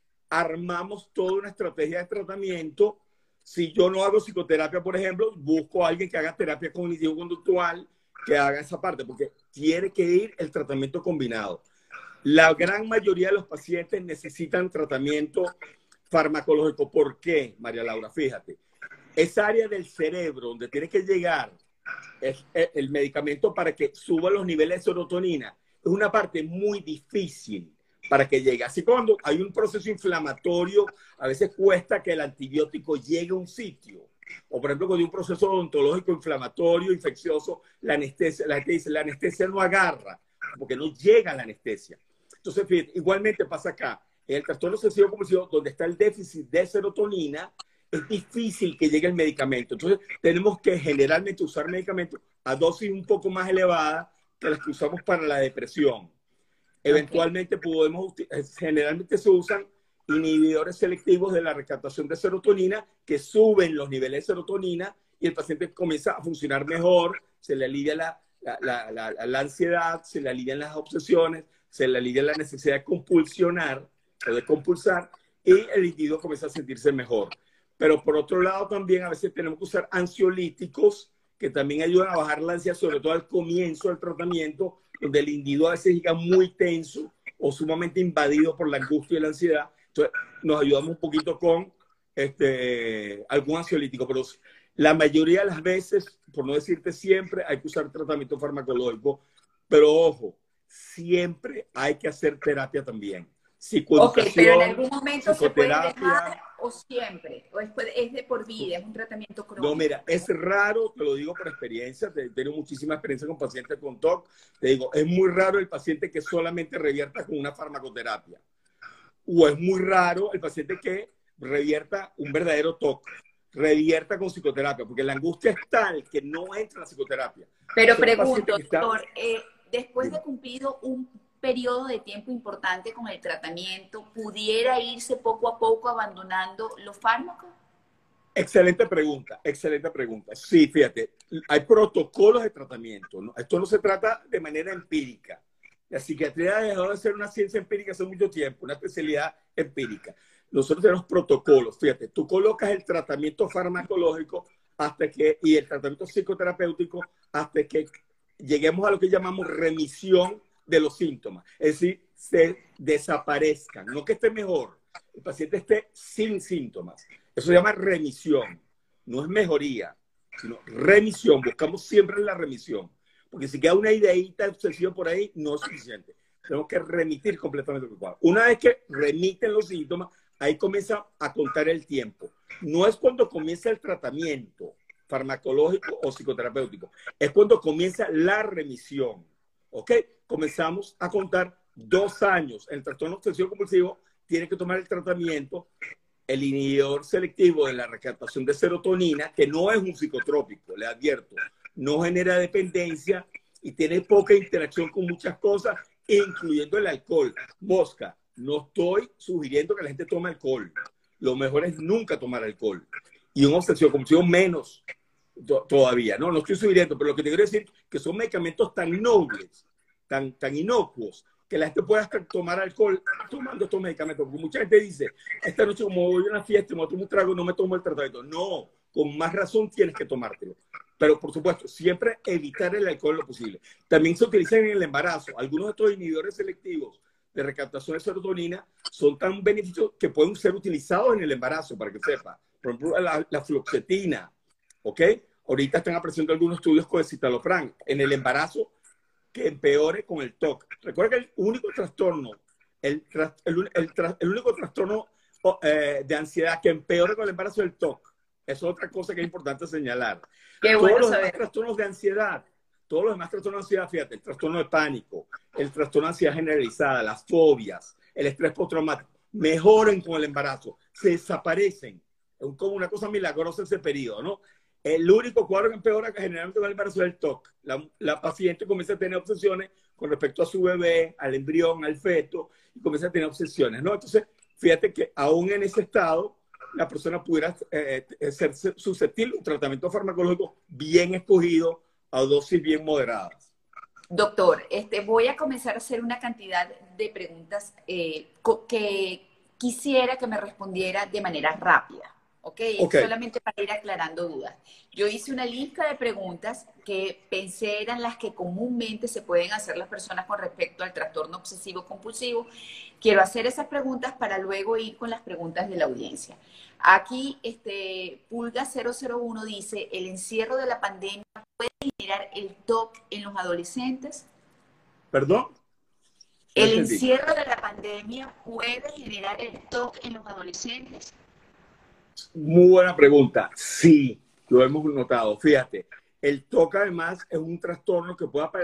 armamos toda una estrategia de tratamiento. Si yo no hago psicoterapia, por ejemplo, busco a alguien que haga terapia cognitivo-conductual, que haga esa parte, porque tiene que ir el tratamiento combinado. La gran mayoría de los pacientes necesitan tratamiento farmacológico. ¿Por qué, María Laura? Fíjate, esa área del cerebro donde tiene que llegar el medicamento para que suba los niveles de serotonina es una parte muy difícil para que llegue. Así cuando hay un proceso inflamatorio, a veces cuesta que el antibiótico llegue a un sitio. O por ejemplo, cuando hay un proceso odontológico inflamatorio, infeccioso, la gente dice, la anestesia no agarra, porque no llega la anestesia. Entonces, fíjate, igualmente pasa acá. En el trastorno obsesivo compulsivo, donde está el déficit de serotonina, es difícil que llegue el medicamento. Entonces, tenemos que generalmente usar medicamentos a dosis un poco más elevadas que las que usamos para la depresión. Eventualmente podemos, generalmente se usan inhibidores selectivos de la recaptación de serotonina que suben los niveles de serotonina y el paciente comienza a funcionar mejor, se le alivia la ansiedad, se le alivian las obsesiones, se le alivia la necesidad de compulsionar o de compulsar y el individuo comienza a sentirse mejor. Pero por otro lado también a veces tenemos que usar ansiolíticos que también ayudan a bajar la ansiedad, sobre todo al comienzo del tratamiento, donde el individuo a veces llega muy tenso o sumamente invadido por la angustia y la ansiedad. Entonces, nos ayudamos un poquito con algún ansiolítico, pero la mayoría de las veces, por no decirte siempre, hay que usar tratamiento farmacológico, pero ojo, siempre hay que hacer terapia también. Ok, pero en algún momento se puede dejar o siempre, o es de por vida, es un tratamiento crónico. No, mira, es raro, te lo digo por experiencia, tengo muchísima experiencia con pacientes con TOC, te digo, es muy raro el paciente que solamente revierta con una farmacoterapia, o es muy raro el paciente que revierta un verdadero TOC, revierta con psicoterapia, porque la angustia es tal que no entra en la psicoterapia. Pero pregunto, doctor, después de cumplido un periodo de tiempo importante con el tratamiento, ¿pudiera irse poco a poco abandonando los fármacos? Excelente pregunta, excelente pregunta. Sí, fíjate, hay protocolos de tratamiento, ¿no? Esto no se trata de manera empírica. La psiquiatría ha dejado de ser una ciencia empírica hace mucho tiempo, una especialidad empírica. Nosotros tenemos protocolos, fíjate, tú colocas el tratamiento farmacológico y el tratamiento psicoterapéutico hasta que lleguemos a lo que llamamos remisión de los síntomas, es decir, se desaparezcan, no que esté mejor, el paciente esté sin síntomas. Eso se llama remisión, no es mejoría, sino remisión. Buscamos siempre la remisión, porque si queda una ideita obsesiva por ahí, no es suficiente. Tenemos que remitir completamente el cuadro. Una vez que remiten los síntomas, ahí comienza a contar el tiempo. No es cuando comienza el tratamiento, farmacológico o psicoterapéutico. Es cuando comienza la remisión. ¿Ok? Comenzamos a contar 2 años. El trastorno obsesivo compulsivo tiene que tomar el tratamiento, el inhibidor selectivo de la recaptación de serotonina, que no es un psicotrópico, le advierto, no genera dependencia y tiene poca interacción con muchas cosas, incluyendo el alcohol. Mosca, no estoy sugiriendo que la gente tome alcohol. Lo mejor es nunca tomar alcohol. Y un obsesivo compulsivo menos todavía. No estoy sugiriendo, pero lo que te quiero decir es que son medicamentos tan nobles, tan inocuos, que la gente pueda hasta tomar alcohol tomando estos medicamentos. Porque mucha gente dice, esta noche como voy a una fiesta y me tomo un trago, no me tomo el tratamiento. No, con más razón tienes que tomártelo. Pero, por supuesto, siempre evitar el alcohol lo posible. También se utilizan en el embarazo. Algunos de estos inhibidores selectivos de recaptación de serotonina son tan beneficiosos que pueden ser utilizados en el embarazo, para que sepa. Por ejemplo, la fluoxetina, ¿ok? Ahorita están apareciendo algunos estudios con el citalopram en el embarazo que empeore con el TOC. Recuerda que el único trastorno, el único trastorno de ansiedad que empeore con el embarazo es el TOC. Es otra cosa que es importante señalar. Qué Todos bueno los saber. demás trastornos de ansiedad, todos los demás trastornos de ansiedad, fíjate, el trastorno de pánico, el trastorno de ansiedad generalizada, las fobias, el estrés postraumático, mejoran con el embarazo, se desaparecen. Es como una cosa milagrosa ese periodo, ¿no? El único cuadro que empeora generalmente con el embarazo es el TOC. La paciente comienza a tener obsesiones con respecto a su bebé, al embrión, al feto, y comienza a tener obsesiones, ¿no? Entonces, fíjate que aún en ese estado, la persona pudiera ser susceptible a un tratamiento farmacológico bien escogido a dosis bien moderadas. Doctor, voy a comenzar a hacer una cantidad de preguntas que quisiera que me respondiera de manera rápida. ¿Ok? Solamente para ir aclarando dudas. Yo hice una lista de preguntas que pensé eran las que comúnmente se pueden hacer las personas con respecto al trastorno obsesivo compulsivo. Quiero hacer esas preguntas para luego ir con las preguntas de la audiencia. Aquí, Pulga 001 dice, ¿el encierro de la pandemia puede generar el TOC en los adolescentes? ¿Perdón? ¿El encierro de la pandemia puede generar el TOC en los adolescentes? Muy buena pregunta. Sí, lo hemos notado. Fíjate, el TOC además es un trastorno que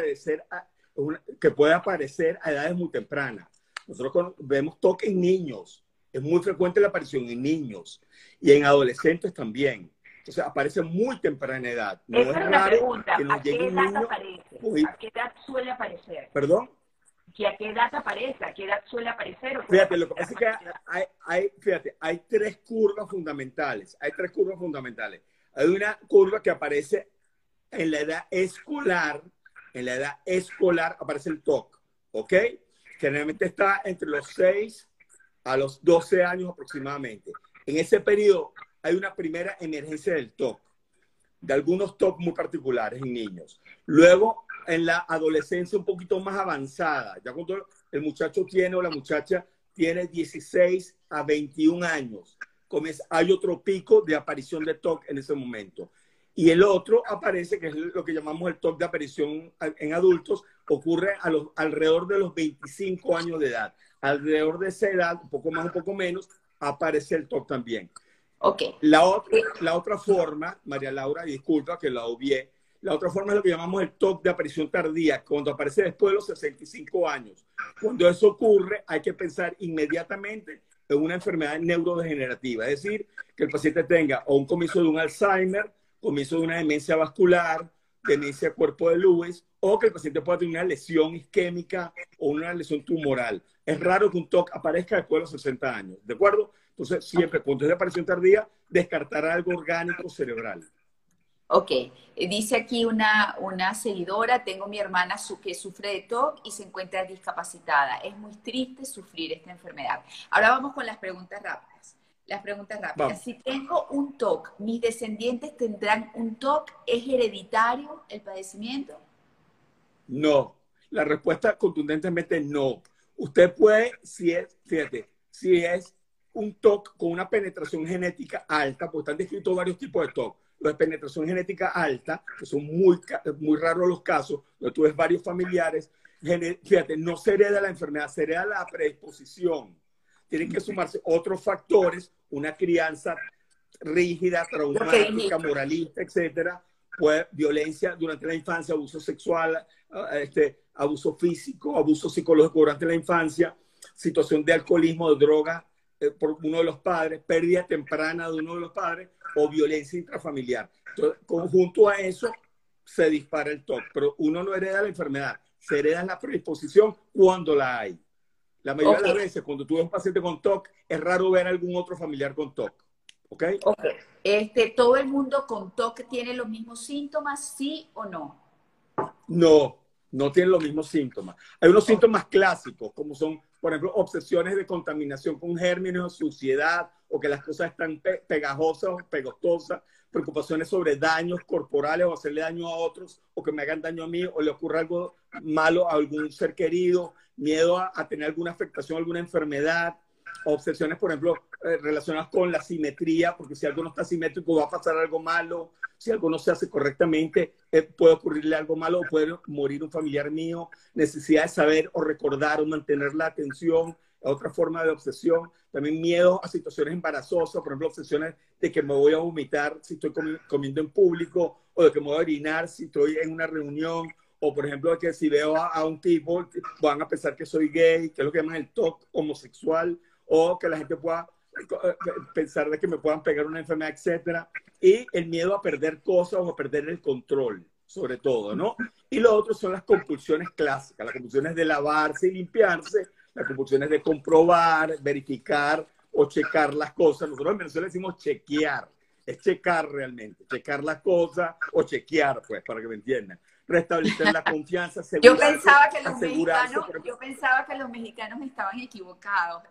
puede aparecer a edades muy tempranas. Nosotros vemos TOC en niños. Es muy frecuente la aparición en niños y en adolescentes también. Entonces aparece muy temprana edad. No Esa es es una raro pregunta. que nos ¿A qué llegue un edad niño. aparece? ¿A qué edad suele aparecer? ¿Perdón? ¿Que a qué edad aparece? ¿A qué edad suele aparecer? Fíjate, lo que pasa es que hay 3 curvas fundamentales. Hay una curva que aparece en la edad escolar. En la edad escolar aparece el TOC, ¿ok? Generalmente está entre los 6 a los 12 años aproximadamente. En ese periodo hay una primera emergencia del TOC, de algunos TOC muy particulares en niños. Luego, en la adolescencia un poquito más avanzada, ya cuando el muchacho tiene o la muchacha tiene 16 a 21 años, hay otro pico de aparición de TOC en ese momento. Y el otro aparece, que es lo que llamamos el TOC de aparición en adultos, ocurre alrededor de los 25 años de edad. Alrededor de esa edad, un poco más, un poco menos, aparece el TOC también. Okay. La otra forma, María Laura, disculpa que la obvié, la otra forma es lo que llamamos el TOC de aparición tardía, cuando aparece después de los 65 años. Cuando eso ocurre, hay que pensar inmediatamente en una enfermedad neurodegenerativa, es decir, que el paciente tenga o un comienzo de un Alzheimer, comienzo de una demencia vascular, demencia de cuerpo de Lewis, o que el paciente pueda tener una lesión isquémica o una lesión tumoral. Es raro que un TOC aparezca después de los 60 años, ¿de acuerdo? Entonces, siempre cuando es de aparición tardía, descartar algo orgánico cerebral. Ok, dice aquí una seguidora, tengo mi hermana que sufre de TOC y se encuentra discapacitada. Es muy triste sufrir esta enfermedad. Ahora vamos con las preguntas rápidas. Vamos. Si tengo un TOC, ¿mis descendientes tendrán un TOC? ¿Es hereditario el padecimiento? No. La respuesta contundentemente no. Usted puede, si es un TOC con una penetración genética alta, porque están descritos varios tipos de TOC. Los de penetración genética alta, que son muy raros los casos, donde tú ves varios familiares, fíjate, no se hereda la enfermedad, se hereda la predisposición. Tienen que sumarse otros factores, una crianza rígida, Lo que traumática, dijiste. moralista, etcétera, pues violencia durante la infancia, abuso sexual, abuso físico, abuso psicológico durante la infancia, situación de alcoholismo, de droga por uno de los padres, pérdida temprana de uno de los padres o violencia intrafamiliar. Entonces, conjunto a eso se dispara el TOC, pero uno no hereda la enfermedad, se hereda la predisposición cuando la hay. La mayoría Ok, de las veces, cuando tú ves un paciente con TOC, es raro ver a algún otro familiar con TOC. ¿Ok? ok. ¿Todo el mundo con TOC tiene los mismos síntomas, sí o no? No, no tienen los mismos síntomas. Hay unos Ok. síntomas clásicos, como son, por ejemplo, obsesiones de contaminación con gérmenes o suciedad, o que las cosas están pegajosas o pegostosas, preocupaciones sobre daños corporales o hacerle daño a otros, o que me hagan daño a mí, o le ocurra algo malo a algún ser querido, miedo a tener alguna afectación, alguna enfermedad, obsesiones, por ejemplo, relacionadas con la simetría, porque si algo no está simétrico va a pasar algo malo, si algo no se hace correctamente, puede ocurrirle algo malo o puede morir un familiar mío, necesidad de saber o recordar o mantener la atención, otra forma de obsesión, también miedo a situaciones embarazosas, por ejemplo, obsesiones de que me voy a vomitar si estoy comiendo en público o de que me voy a orinar si estoy en una reunión, o por ejemplo, de que si veo a un tipo van a pensar que soy gay, que es lo que llaman el TOC homosexual, o que la gente pueda pensar de que me puedan pegar una enfermedad, etcétera, y el miedo a perder cosas o a perder el control, sobre todo, ¿no? Y lo otro son las compulsiones clásicas, las compulsiones de lavarse y limpiarse, las compulsiones de comprobar, verificar o checar las cosas. Nosotros en Venezuela decimos chequear, es checar realmente, checar las cosas o chequear, pues, para que me entiendan. Restablecer la confianza, Yo asegurarse, pensaba que los asegurarse, mexicanos, por ejemplo, yo pensaba que los mexicanos estaban equivocados.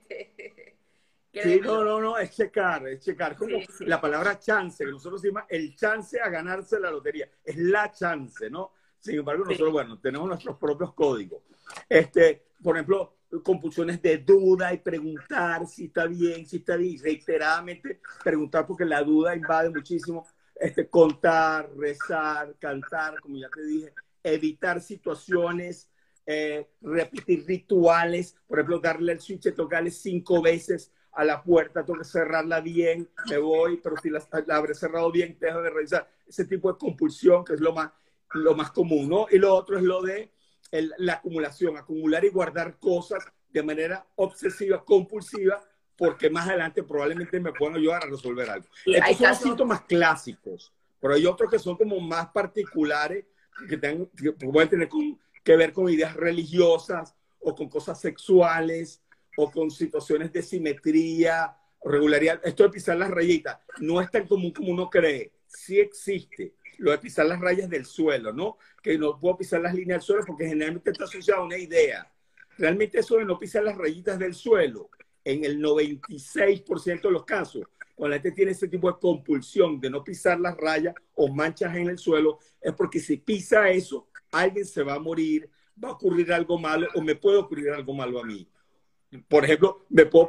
sí, no, Créemelo. no, no, es checar, es checar. Sí, Como sí, la palabra chance, que nosotros decimos el chance a ganarse la lotería, es la chance, ¿no? Sin embargo, nosotros, sí. bueno, tenemos nuestros propios códigos. Por ejemplo, compulsiones de duda y preguntar si está bien, reiteradamente preguntar porque la duda invade muchísimo. Contar, rezar, cantar, como ya te dije, evitar situaciones, repetir rituales, por ejemplo, darle el switch, tocarle 5 veces a la puerta, tengo que cerrarla bien, me voy, pero si la habré cerrado bien, dejo de revisar. Ese tipo de compulsión, que es lo más común, ¿no? Y lo otro es lo de la acumulación, acumular y guardar cosas de manera obsesiva, compulsiva, porque más adelante probablemente me puedan ayudar a resolver algo. Y Estos hay son los casos, síntomas clásicos, pero hay otros que son como más particulares, que pueden tener que ver con ideas religiosas o con cosas sexuales o con situaciones de simetría o regularidad. Esto de pisar las rayitas no es tan común como uno cree. Sí existe lo de pisar las rayas del suelo, ¿no? Que no puedo pisar las líneas del suelo porque generalmente está asociado a una idea. Realmente eso de no pisar las rayitas del suelo, en el 96% de los casos, cuando la gente tiene ese tipo de compulsión de no pisar las rayas o manchas en el suelo, es porque si pisa eso, alguien se va a morir, va a ocurrir algo malo o me puede ocurrir algo malo a mí. Por ejemplo,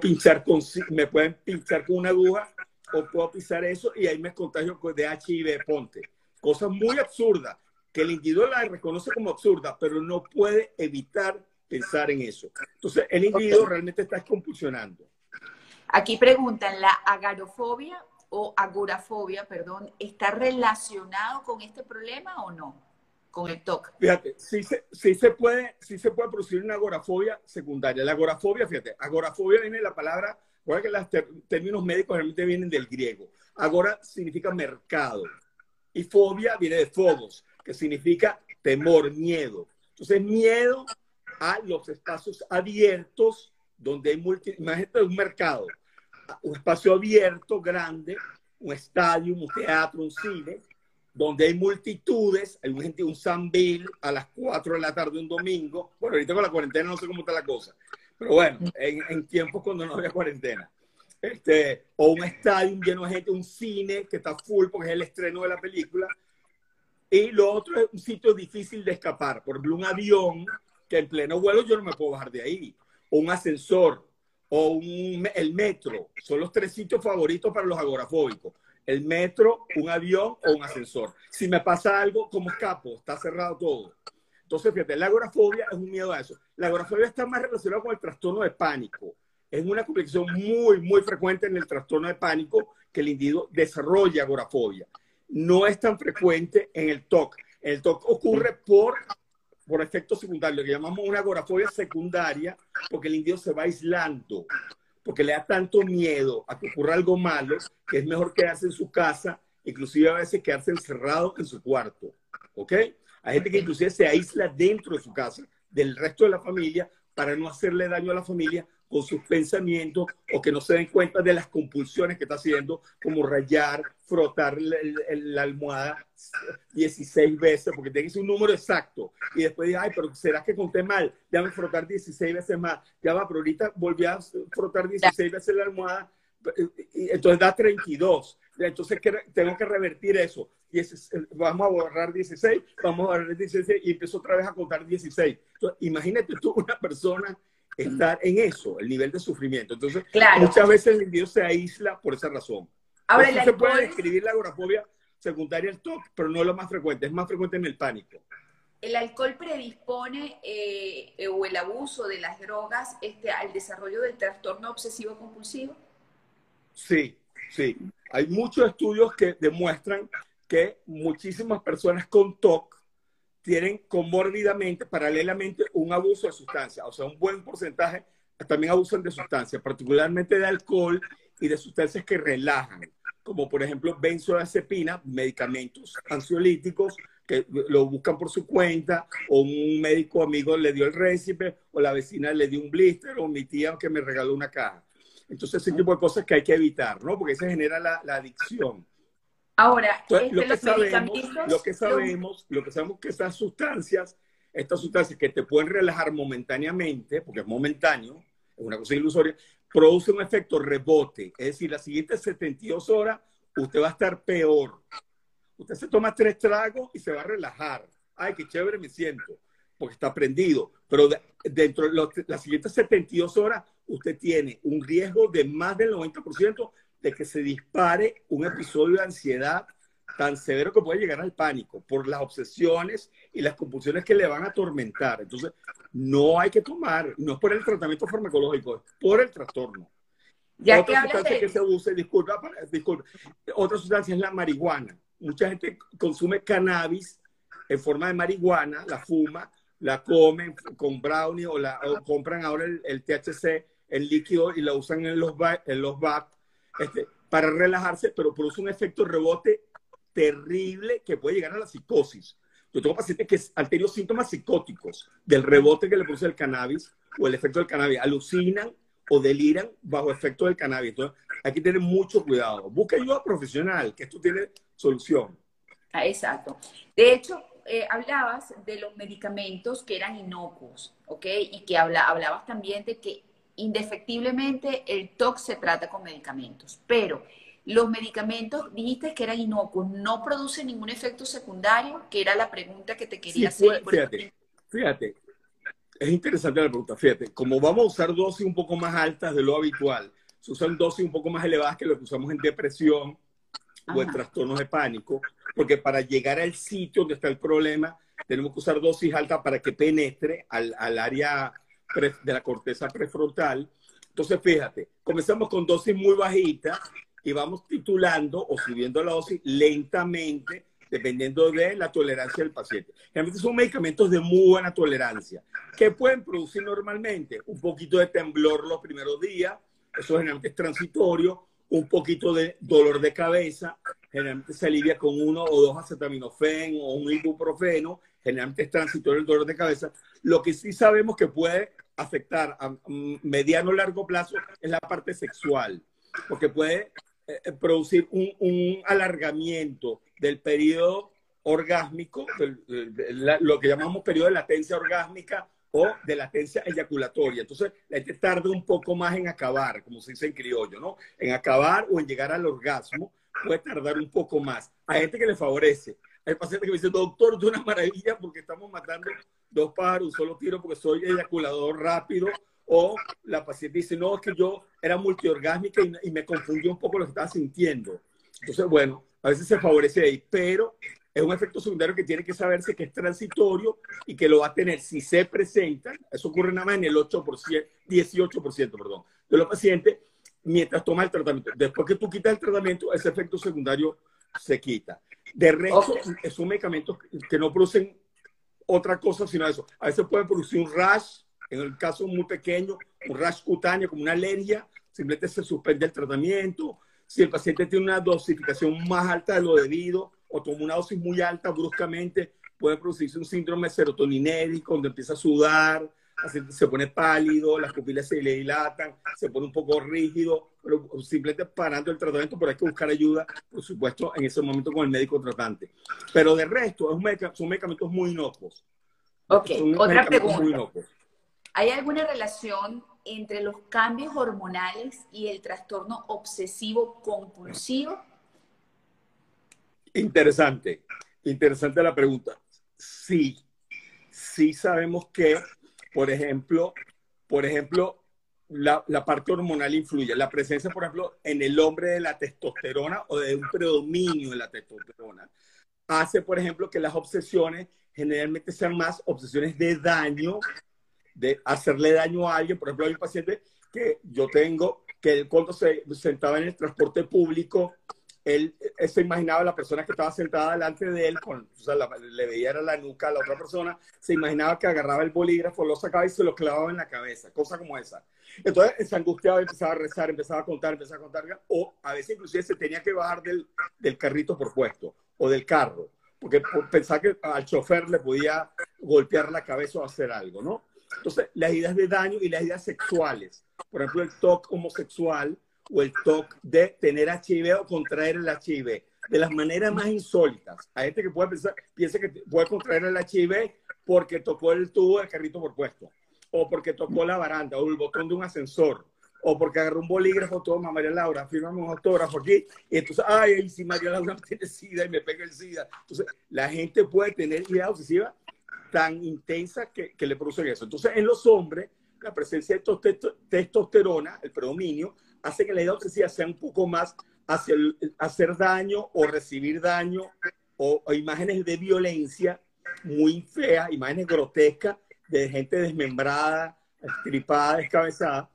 me pueden pinchar con una aguja o puedo pisar eso y ahí me contagio de HIV, ponte. Cosas muy absurdas que el individuo la reconoce como absurda, pero no puede evitar pensar en eso. Entonces, el individuo ok. realmente está compulsionando. Aquí preguntan, ¿la agarofobia o agorafobia, perdón, está relacionado con este problema o no? Con el TOC. Fíjate, sí se puede producir una agorafobia secundaria. La agorafobia, fíjate, agorafobia viene de la palabra, recuerda que los términos médicos realmente vienen del griego. Agora significa mercado y fobia viene de phobos, que significa temor, miedo. Entonces, miedo a los espacios abiertos donde hay imagínate un mercado, un espacio abierto, grande, un estadio, un teatro, un cine, donde hay multitudes, hay gente, un Sambil a las 4 de la tarde un domingo. Bueno, ahorita con la cuarentena no sé cómo está la cosa, pero bueno, en tiempos cuando no había cuarentena. O un estadio lleno de gente, un cine que está full porque es el estreno de la película. Y lo otro es un sitio difícil de escapar. Por ejemplo, un avión que en pleno vuelo yo no me puedo bajar de ahí. O un ascensor. O el metro. Son los 3 sitios favoritos para los agorafóbicos. El metro, un avión o un ascensor. Si me pasa algo, ¿cómo escapo? Está cerrado todo. Entonces, fíjate, la agorafobia es un miedo a eso. La agorafobia está más relacionada con el trastorno de pánico. es una complicación muy, muy frecuente en el trastorno de pánico que el individuo desarrolla agorafobia. No es tan frecuente en el TOC. El TOC ocurre por efectos secundarios, lo que llamamos una agorafobia secundaria, porque el individuo se va aislando, porque le da tanto miedo a que ocurra algo malo, que es mejor quedarse en su casa, inclusive a veces quedarse encerrado en su cuarto. ¿Ok? Hay gente que inclusive se aísla dentro de su casa, del resto de la familia, para no hacerle daño a la familia con sus pensamientos o que no se den cuenta de las compulsiones que está haciendo, como rayar, frotar la almohada 16 veces, porque tiene que ser un número exacto. Y después dice, ay, pero ¿será que conté mal? Déjame frotar 16 veces más. Ya va, pero ahorita volví a frotar 16 veces la almohada, y entonces da 32. Entonces tengo que revertir eso. Vamos a borrar 16, vamos a borrar 16 y empiezo otra vez a contar 16. Entonces, imagínate tú una persona estar en eso, el nivel de sufrimiento. Entonces, Claro. muchas veces el individuo se aísla por esa razón. Ahora, Eso se puede describir la agorafobia secundaria al TOC, pero no es lo más frecuente, es más frecuente en el pánico. ¿El alcohol predispone o el abuso de las drogas al desarrollo del trastorno obsesivo compulsivo? Sí, sí. Hay muchos estudios que demuestran que muchísimas personas con TOC tienen comórbidamente, paralelamente, un abuso de sustancias. O sea, un buen porcentaje también abusan de sustancias, particularmente de alcohol y de sustancias que relajan, como por ejemplo benzodiazepina, medicamentos ansiolíticos que lo buscan por su cuenta, o un médico amigo le dio el récipe, o la vecina le dio un blister, o mi tía que me regaló una caja. Entonces, ese tipo de cosas que hay que evitar, ¿no? Porque se genera la adicción. Ahora, Entonces, lo que sabemos que estas sustancias que te pueden relajar momentáneamente, porque es momentáneo, es una cosa ilusoria, producen un efecto rebote. Es decir, las siguientes 72 horas usted va a estar peor. Usted se toma 3 tragos y se va a relajar. Ay, qué chévere me siento, porque está prendido. Pero dentro de las siguientes 72 horas, usted tiene un riesgo de más del 90% de que se dispare un episodio de ansiedad tan severo que puede llegar al pánico por las obsesiones y las compulsiones que le van a atormentar. Entonces, no hay que tomar, no es por el tratamiento farmacológico, es por el trastorno. Ya Otra sustancia que se usa, disculpa, otra sustancia es la marihuana. Mucha gente consume cannabis en forma de marihuana, la fuma, la comen con brownie o compran ahora el THC en líquido y la usan en los vapes para relajarse, pero produce un efecto rebote terrible que puede llegar a la psicosis. Yo tengo pacientes que han tenido síntomas psicóticos del rebote que le produce el cannabis o el efecto del cannabis. Alucinan o deliran bajo efecto del cannabis. Entonces, hay que tener mucho cuidado. Busca ayuda profesional, que esto tiene solución. Exacto. De hecho, hablabas de los medicamentos que eran inocuos, ¿ok? Y que hablabas también de que indefectiblemente el TOC se trata con medicamentos, pero los medicamentos, dijiste que eran inocuos, ¿no producen ningún efecto secundario? Que era la pregunta que te quería hacer. Fíjate, es interesante la pregunta. Fíjate, como vamos a usar dosis un poco más altas de lo habitual, se usan dosis un poco más elevadas que lo que usamos en depresión o en trastornos de pánico, porque para llegar al sitio donde está el problema, tenemos que usar dosis altas para que penetre al área de la corteza prefrontal. Entonces, fíjate, comenzamos con dosis muy bajitas y vamos titulando o subiendo la dosis lentamente, dependiendo de la tolerancia del paciente. Generalmente son medicamentos de muy buena tolerancia, que pueden producir normalmente un poquito de temblor los primeros días, eso generalmente es transitorio, un poquito de dolor de cabeza, generalmente se alivia con 1 o 2 acetaminofén o un ibuprofeno, generalmente es transitorio el dolor de cabeza. Lo que sí sabemos que puede afectar a mediano o largo plazo es la parte sexual, porque puede producir un alargamiento del periodo orgásmico, lo que llamamos periodo de latencia orgásmica o de latencia eyaculatoria. Entonces, la gente tarda un poco más en acabar, como se dice en criollo, ¿no? En acabar o en llegar al orgasmo puede tardar un poco más. Hay gente que le favorece. Hay pacientes que me dicen, doctor, es una maravilla porque estamos matando 2 pájaros, un solo tiro porque soy eyaculador rápido. O la paciente dice, no, es que yo era multiorgásmica y me confundió un poco lo que estaba sintiendo. Entonces, bueno, a veces se favorece ahí, pero es un efecto secundario que tiene que saberse que es transitorio y que lo va a tener si se presenta. Eso ocurre nada más en el 18%, perdón, de los pacientes mientras tomas el tratamiento. Después que tú quitas el tratamiento, ese efecto secundario se quita. De resto, son medicamentos que no producen otra cosa sino eso. A veces pueden producir un rash, en el caso muy pequeño, un rash cutáneo como una alergia, simplemente se suspende el tratamiento. Si el paciente tiene una dosificación más alta de lo debido o toma una dosis muy alta bruscamente, puede producirse un síndrome serotoninérico donde empieza a sudar, se pone pálido, las pupilas se le dilatan, se pone un poco rígido, pero simplemente parando el tratamiento, pero hay que buscar ayuda, por supuesto, en ese momento con el médico tratante. Pero de resto, son medicamentos muy inocuos. Ok, otra pregunta. Muy inocuos. ¿Hay alguna relación entre los cambios hormonales y el trastorno obsesivo compulsivo? Interesante la pregunta. Sí sabemos que, por ejemplo, la parte hormonal influye. La presencia, por ejemplo, en el hombre de la testosterona o de un predominio de la testosterona hace, por ejemplo, que las obsesiones generalmente sean más obsesiones de daño, de hacerle daño a alguien. Por ejemplo, hay un paciente que yo tengo que él, cuando se sentaba en el transporte público, él se imaginaba a la persona que estaba sentada delante de él, le veía era la nuca a la otra persona, se imaginaba que agarraba el bolígrafo, lo sacaba y se lo clavaba en la cabeza, cosa como esa. Entonces se angustiaba, empezaba a rezar, empezaba a contar, o a veces inclusive se tenía que bajar del carrito por puesto, o del carro, porque pensaba que al chofer le podía golpear la cabeza o hacer algo, ¿no? Entonces, las ideas de daño y las ideas sexuales, por ejemplo, el TOC homosexual, o el TOC de tener HIV o contraer el HIV, de las maneras más insólitas. Hay gente que piensa que puede contraer el HIV porque tocó el tubo del carrito por puesto, o porque tocó la baranda, o el botón de un ascensor, o porque agarró un bolígrafo, toma, María Laura, fírmame un autógrafo aquí, y entonces, ay, si María Laura tiene SIDA y me pega el SIDA. Entonces, la gente puede tener ideas obsesivas tan intensas que le producen eso. Entonces, en los hombres, la presencia de testosterona, el predominio, hace que la idea obsesiva sea un poco más hacia hacer daño o recibir daño o imágenes de violencia muy feas, imágenes grotescas de gente desmembrada, estripada, descabezada,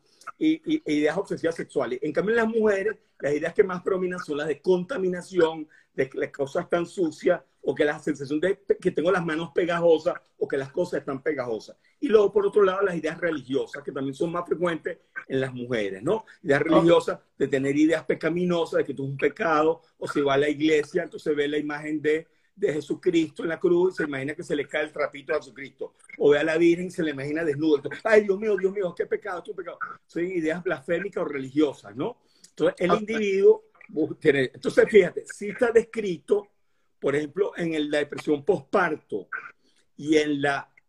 y ideas obsesivas sexuales. En cambio, en las mujeres, las ideas que más predominan son las de contaminación, de que las cosas están sucias, o que la sensación de que tengo las manos pegajosas, o que las cosas están pegajosas. Y luego, por otro lado, las ideas religiosas, que también son más frecuentes en las mujeres, ¿no? Ideas religiosas de tener ideas pecaminosas, de que tú es un pecado, o si va a la iglesia, entonces ve la imagen de Jesucristo en la cruz y se imagina que se le cae el trapito a Jesucristo. O ve a la Virgen y se le imagina desnudo. Entonces, ay, Dios mío, qué pecado, qué pecado. Son ideas blasfémicas o religiosas, ¿no? Entonces, el individuo tiene... Entonces, fíjate, sí está descrito, por ejemplo, en la depresión postparto y en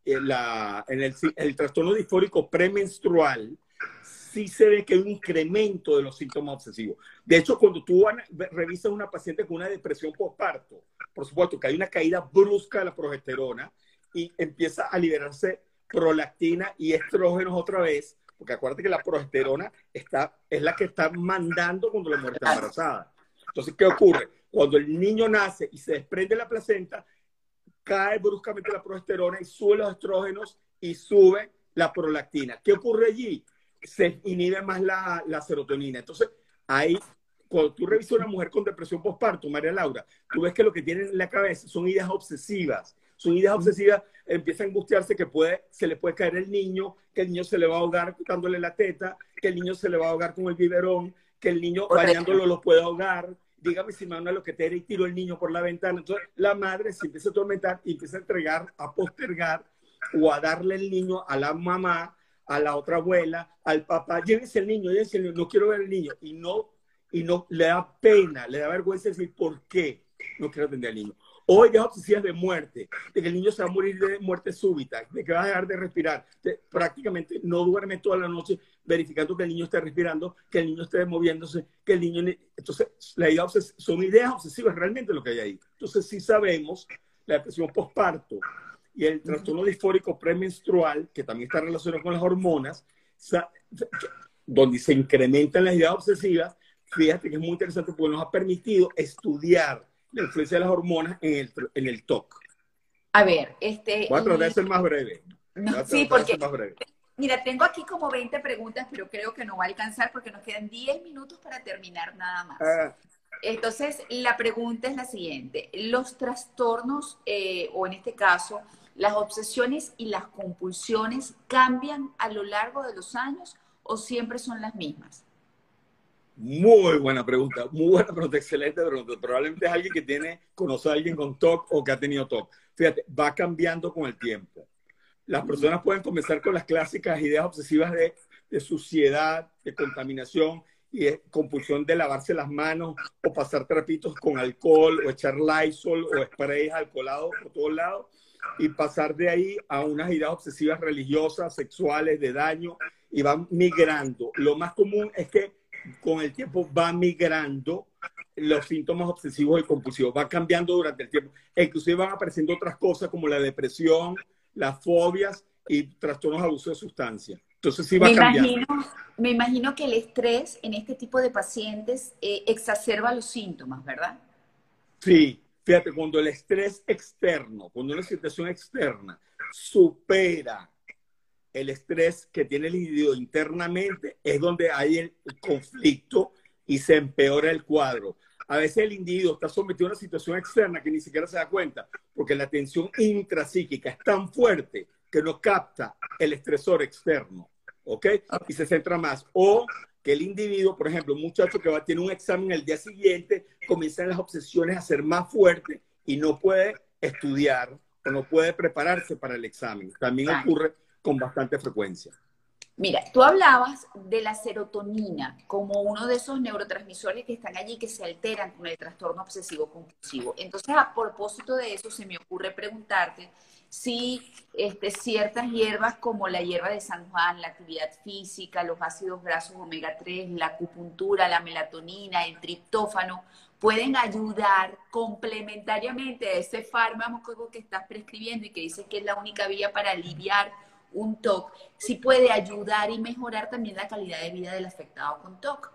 el trastorno disfórico premenstrual, sí se ve que hay un incremento de los síntomas obsesivos. De hecho, cuando tú revisas a una paciente con una depresión postparto, por supuesto que hay una caída brusca de la progesterona y empieza a liberarse prolactina y estrógenos otra vez, porque acuérdate que la progesterona es la que está mandando cuando la mujer está embarazada. Entonces, ¿qué ocurre? Cuando el niño nace y se desprende la placenta, cae bruscamente la progesterona y sube los estrógenos y sube la prolactina. ¿Qué ocurre allí? Se inhibe más la serotonina. Entonces, ahí, cuando tú revisas a una mujer con depresión postparto, María Laura, tú ves que lo que tiene en la cabeza son ideas obsesivas. Son ideas obsesivas, empieza a angustiarse que se le puede caer el niño, que el niño se le va a ahogar dándole la teta, que el niño se le va a ahogar con el biberón, que el niño bañándolo lo puede ahogar. Dígame si me anda lo que te era y tiro el niño por la ventana. Entonces, la madre se empieza a atormentar y empieza a postergar o a darle el niño a la mamá, a la otra abuela, al papá. Llévense el niño, no quiero ver el niño. Y no le da pena, le da vergüenza decir por qué no quiero atender al niño. O ideas obsesivas de muerte, de que el niño se va a morir de muerte súbita, de que va a dejar de respirar. Prácticamente no duerme toda la noche verificando que el niño esté respirando, que el niño esté moviéndose, que el niño... Entonces, son ideas obsesivas realmente lo que hay ahí. Entonces, sí sabemos la depresión postparto y el trastorno disfórico premenstrual, que también está relacionado con las hormonas, donde se incrementan las ideas obsesivas. Fíjate que es muy interesante porque nos ha permitido estudiar la influencia de las hormonas en el TOC. A ver, voy a tratar de ser más breve. No, sí, porque Mira, tengo aquí como 20 preguntas, pero creo que no va a alcanzar porque nos quedan 10 minutos para terminar nada más. Ah, Entonces, la pregunta es la siguiente. ¿Los trastornos, o en este caso, las obsesiones y las compulsiones cambian a lo largo de los años o siempre son las mismas? muy buena pregunta, excelente pregunta. Probablemente es alguien que conoce a alguien con TOC o que ha tenido TOC. Fíjate, va cambiando con el tiempo. Las personas pueden comenzar con las clásicas ideas obsesivas de suciedad, de contaminación y de compulsión de lavarse las manos o pasar trapitos con alcohol o echar Lysol o sprays alcoholados por todos lados y pasar de ahí a unas ideas obsesivas religiosas, sexuales, de daño y van migrando. Lo más común es que con el tiempo va migrando los síntomas obsesivos y compulsivos, va cambiando durante el tiempo. E inclusive van apareciendo otras cosas como la depresión, las fobias y trastornos de abuso de sustancias. Entonces sí va Me cambiando. imagino, me imagino que el estrés en este tipo de pacientes exacerba los síntomas, ¿verdad? Sí, fíjate, cuando el estrés externo, cuando una situación externa supera el estrés que tiene el individuo internamente, es donde hay el conflicto y se empeora el cuadro. A veces el individuo está sometido a una situación externa que ni siquiera se da cuenta, porque la tensión intrapsíquica es tan fuerte que no capta el estresor externo, ¿ok? Y se centra más. O que el individuo, por ejemplo, un muchacho que tiene un examen el día siguiente, comienzan las obsesiones a ser más fuertes y no puede estudiar o no puede prepararse para el examen. También Claro. ocurre con bastante frecuencia. Mira, tú hablabas de la serotonina como uno de esos neurotransmisores que están allí que se alteran con el trastorno obsesivo compulsivo. Entonces, a propósito de eso, se me ocurre preguntarte si ciertas hierbas como la hierba de San Juan, la actividad física, los ácidos grasos omega 3, la acupuntura, la melatonina, el triptófano, pueden ayudar complementariamente a ese fármaco que estás prescribiendo y que dices que es la única vía para aliviar un TOC, sí puede ayudar y mejorar también la calidad de vida del afectado con TOC.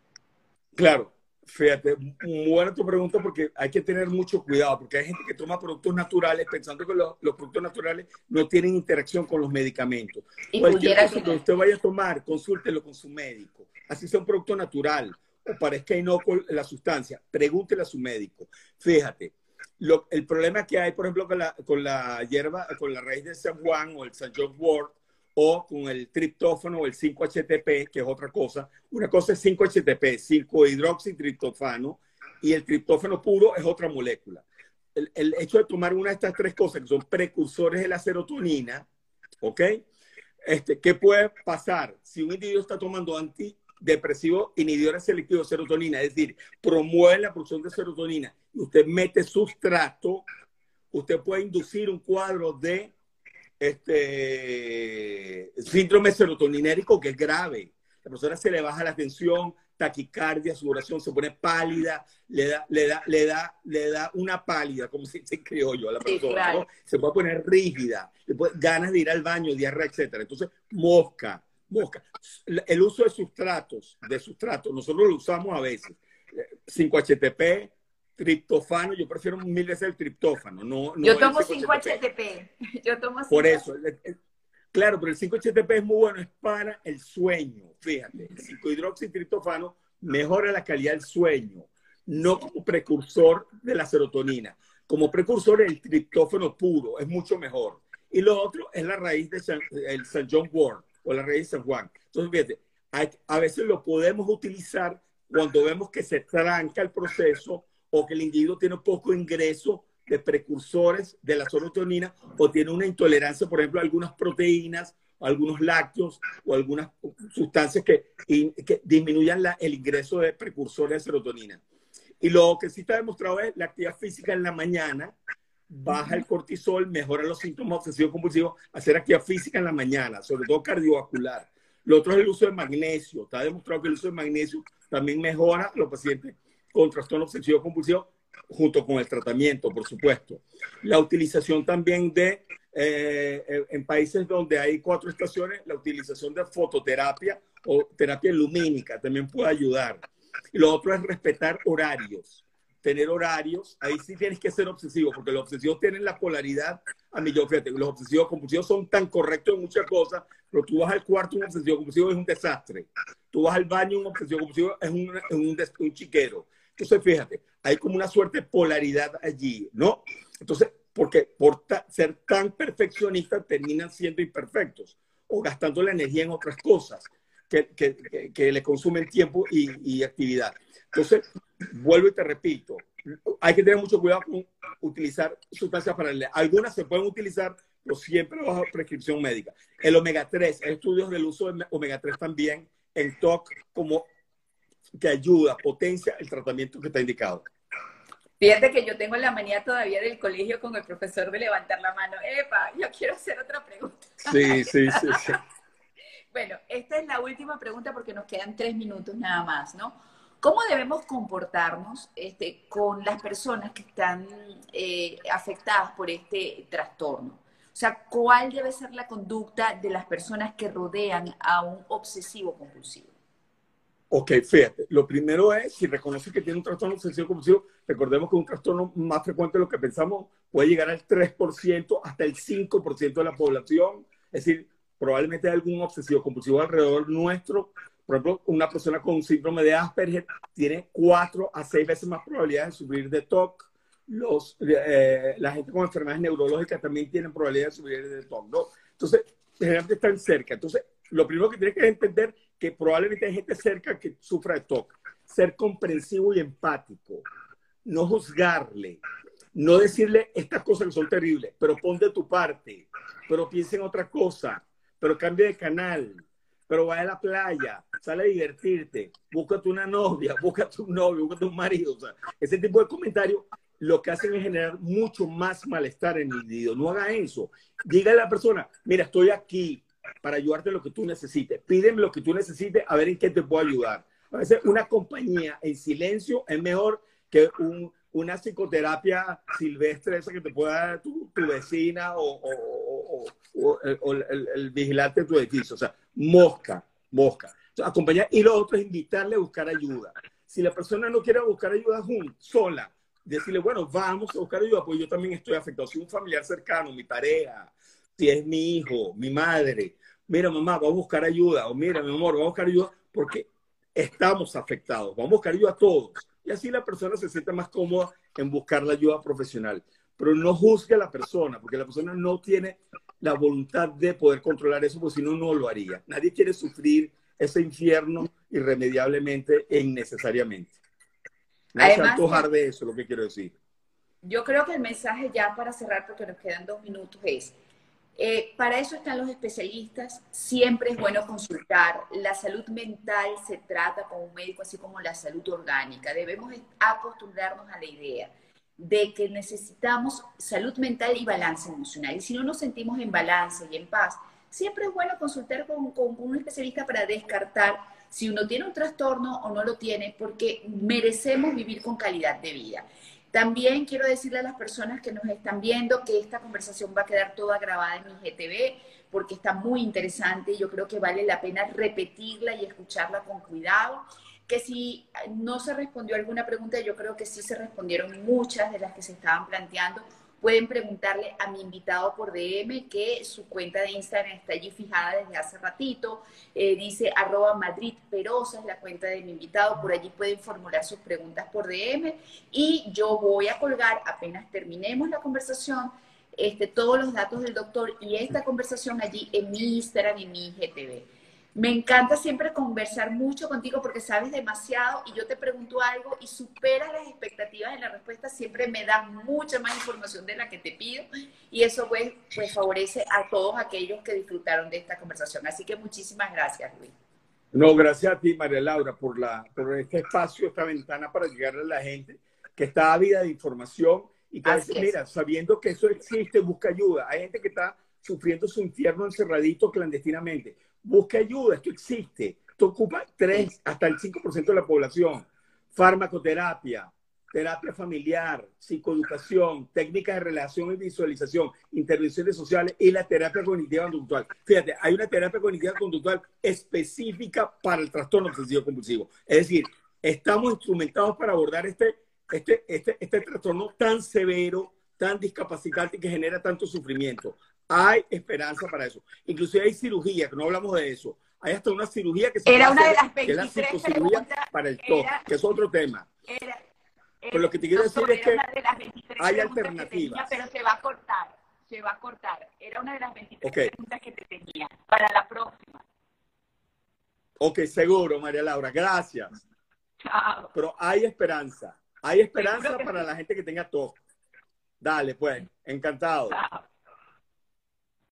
Claro, fíjate, buena tu pregunta porque hay que tener mucho cuidado, porque hay gente que toma productos naturales pensando que los productos naturales no tienen interacción con los medicamentos. Y Cualquier pudiera cosa que tener. usted vaya a tomar, consúltelo con su médico. Así sea un producto natural o parezca inocuo la sustancia, pregúntele a su médico. Fíjate, el problema que hay, por ejemplo, con la hierba, con la raíz de San Juan o el San John Wort, o con el triptófano o el 5-HTP, que es otra cosa. Una cosa es 5-HTP, 5-hidroxitriptofano, y el triptófano puro es otra molécula. El hecho de tomar una de estas tres cosas, que son precursores de la serotonina, ¿ok? ¿Qué puede pasar si un individuo está tomando antidepresivos inhibidores selectivos de serotonina? Es decir, promueven la producción de serotonina y usted mete sustrato, usted puede inducir un cuadro de síndrome serotoninérico que es grave. La persona se le baja la tensión, taquicardia, sudoración, se pone pálida, le da una pálida, como se dice en criollo a la Sí, persona, claro. ¿no? Se puede poner rígida, ganas de ir al baño, diarrea, etcétera. Entonces, mosca. El uso de sustratos, nosotros lo usamos a veces. 5-HTP, triptófano, yo prefiero mil veces el triptófano, Yo no el tomo 5-HTP. 5-HTP. Yo tomo Por 5 eso, claro, pero el 5-HTP es muy bueno, es para el sueño. Fíjate, el 5-hidroxitriptofano mejora la calidad del sueño, no como precursor de la serotonina. Como precursor, el triptófano puro es mucho mejor. Y lo otro es la raíz de el San John Wort o la raíz de San Juan. Entonces, fíjate, a veces lo podemos utilizar cuando vemos que se tranca el proceso o que el individuo tiene poco ingreso de precursores de la serotonina o tiene una intolerancia, por ejemplo, a algunas proteínas, a algunos lácteos o algunas sustancias que disminuyan el ingreso de precursores de serotonina. Y lo que sí está demostrado es la actividad física en la mañana, baja el cortisol, mejora los síntomas obsesivos compulsivos, hacer actividad física en la mañana, sobre todo cardiovascular. Lo otro es el uso de magnesio. Está demostrado que el uso de magnesio también mejora a los pacientes con trastorno obsesivo compulsivo junto con el tratamiento, por supuesto. La utilización también en países donde hay 4 estaciones, la utilización de fototerapia o terapia lumínica también puede ayudar. Y lo otro es respetar horarios. Tener horarios, ahí sí tienes que ser obsesivo, porque los obsesivos tienen la polaridad a millón. Fíjate, los obsesivos compulsivos son tan correctos en muchas cosas, pero tú vas al cuarto un obsesivo compulsivo es un desastre. Tú vas al baño un obsesivo compulsivo es un chiquero. Entonces, fíjate, hay como una suerte de polaridad allí, ¿no? Entonces, porque por ser tan perfeccionistas terminan siendo imperfectos o gastando la energía en otras cosas que le consumen tiempo y actividad. Entonces, vuelvo y te repito, hay que tener mucho cuidado con utilizar sustancias paralelas. Algunas se pueden utilizar, pero siempre bajo prescripción médica. El omega 3, hay estudios del uso de omega 3 también en TOC como que ayuda, potencia el tratamiento que está indicado. Fíjate que yo tengo la manía todavía del colegio con el profesor de levantar la mano. Epa, yo quiero hacer otra pregunta. Sí, sí, sí, sí. Bueno, esta es la última pregunta porque nos quedan 3 minutos nada más, ¿no? ¿Cómo debemos comportarnos con las personas que están afectadas por este trastorno? O sea, ¿cuál debe ser la conducta de las personas que rodean a un obsesivo compulsivo? Ok, fíjate, lo primero es, si reconoces que tiene un trastorno obsesivo compulsivo, recordemos que un trastorno más frecuente de lo que pensamos puede llegar al 3% hasta el 5% de la población. Es decir, probablemente hay algún obsesivo compulsivo alrededor nuestro. Por ejemplo, una persona con síndrome de Asperger tiene 4 a 6 veces más probabilidades de sufrir de TOC. La gente con enfermedades neurológicas también tienen probabilidad de sufrir de TOC, ¿no? Entonces, generalmente están cerca. Entonces, lo primero que tienes que entender que probablemente hay gente cerca que sufra de TOC. Ser comprensivo y empático. No juzgarle. No decirle estas cosas que son terribles, pero pon de tu parte. Pero piensa en otra cosa. Pero cambia de canal. Pero va a la playa. Sale a divertirte. Búscate una novia. Búscate un novio. Búscate un marido. O sea, ese tipo de comentarios lo que hacen es generar mucho más malestar en el individuo. No haga eso. Dígale a la persona, mira, estoy aquí para ayudarte en lo que tú necesites. Pídeme lo que tú necesites a ver en qué te puedo ayudar. A veces una compañía en silencio es mejor que una psicoterapia silvestre, esa que te pueda dar tu vecina o el vigilante de tu edificio. O sea, mosca. Entonces, acompañar. Y lo otro es invitarle a buscar ayuda. Si la persona no quiere buscar ayuda sola, decirle, bueno, vamos a buscar ayuda, pues yo también estoy afectado. Si un familiar cercano, mi pareja, si es mi hijo, mi madre, mira, mamá, va a buscar ayuda, o mira, mi amor, va a buscar ayuda, porque estamos afectados, vamos a buscar ayuda a todos. Y así la persona se siente más cómoda en buscar la ayuda profesional. Pero no juzgue a la persona, porque la persona no tiene la voluntad de poder controlar eso, porque si no, no lo haría. Nadie quiere sufrir ese infierno irremediablemente e innecesariamente. Nadie se va a Además, antojar de eso, es lo que quiero decir. yo creo que el mensaje ya para cerrar, porque nos quedan 2 minutos, es, para eso están los especialistas, siempre es bueno consultar. La salud mental se trata con un médico, así como la salud orgánica. Debemos acostumbrarnos a la idea de que necesitamos salud mental y balance emocional. Y si no nos sentimos en balance y en paz, siempre es bueno consultar con un especialista para descartar si uno tiene un trastorno o no lo tiene, porque merecemos vivir con calidad de vida. También quiero decirle a las personas que nos están viendo que esta conversación va a quedar toda grabada en mi IGTV porque está muy interesante y yo creo que vale la pena repetirla y escucharla con cuidado. Que si no se respondió alguna pregunta, yo creo que sí se respondieron muchas de las que se estaban planteando. Pueden preguntarle a mi invitado por DM, que su cuenta de Instagram está allí fijada desde hace ratito. Dice @madridperosa es la cuenta de mi invitado. Por allí pueden formular sus preguntas por DM. Y yo voy a colgar, apenas terminemos la conversación, todos los datos del doctor y esta conversación allí en mi Instagram y en mi IGTV. Me encanta siempre conversar mucho contigo porque sabes demasiado y yo te pregunto algo y superas las expectativas en la respuesta, siempre me das mucha más información de la que te pido y eso pues favorece a todos aquellos que disfrutaron de esta conversación. Así que muchísimas gracias, Luis. No, gracias a ti, María Laura, por este espacio, esta ventana para llegar a la gente que está ávida de información y que a veces, mira, sabiendo que eso existe, busca ayuda. Hay gente que está sufriendo su infierno encerradito clandestinamente. Busca ayuda, esto existe. Esto ocupa 3 hasta el 5% de la población. Farmacoterapia, terapia familiar, psicoeducación, técnicas de relación y visualización, intervenciones sociales y la terapia cognitiva conductual. Fíjate, hay una terapia cognitiva conductual específica para el trastorno obsesivo compulsivo. Es decir, estamos instrumentados para abordar este trastorno tan severo, tan discapacitante y que genera tanto sufrimiento. hay esperanza para eso. Inclusive hay cirugía, que no hablamos de eso. Hay hasta una cirugía que se Era puede una de hacer, las que es la 23 cirugía preguntas. para el TOC, que es otro tema. Era, Pero lo que te quiero decir doctor, es que era una de las 23 hay preguntas que alternativas. tenía, pero se va a cortar. Se va a cortar. Era una de las 23 Ok. preguntas que te tenía para la próxima. Ok, seguro, María Laura, gracias. Chao. Pero hay esperanza. Hay esperanza Seguro que para sí. la gente que tenga TOC. Dale, pues, encantado. Chao.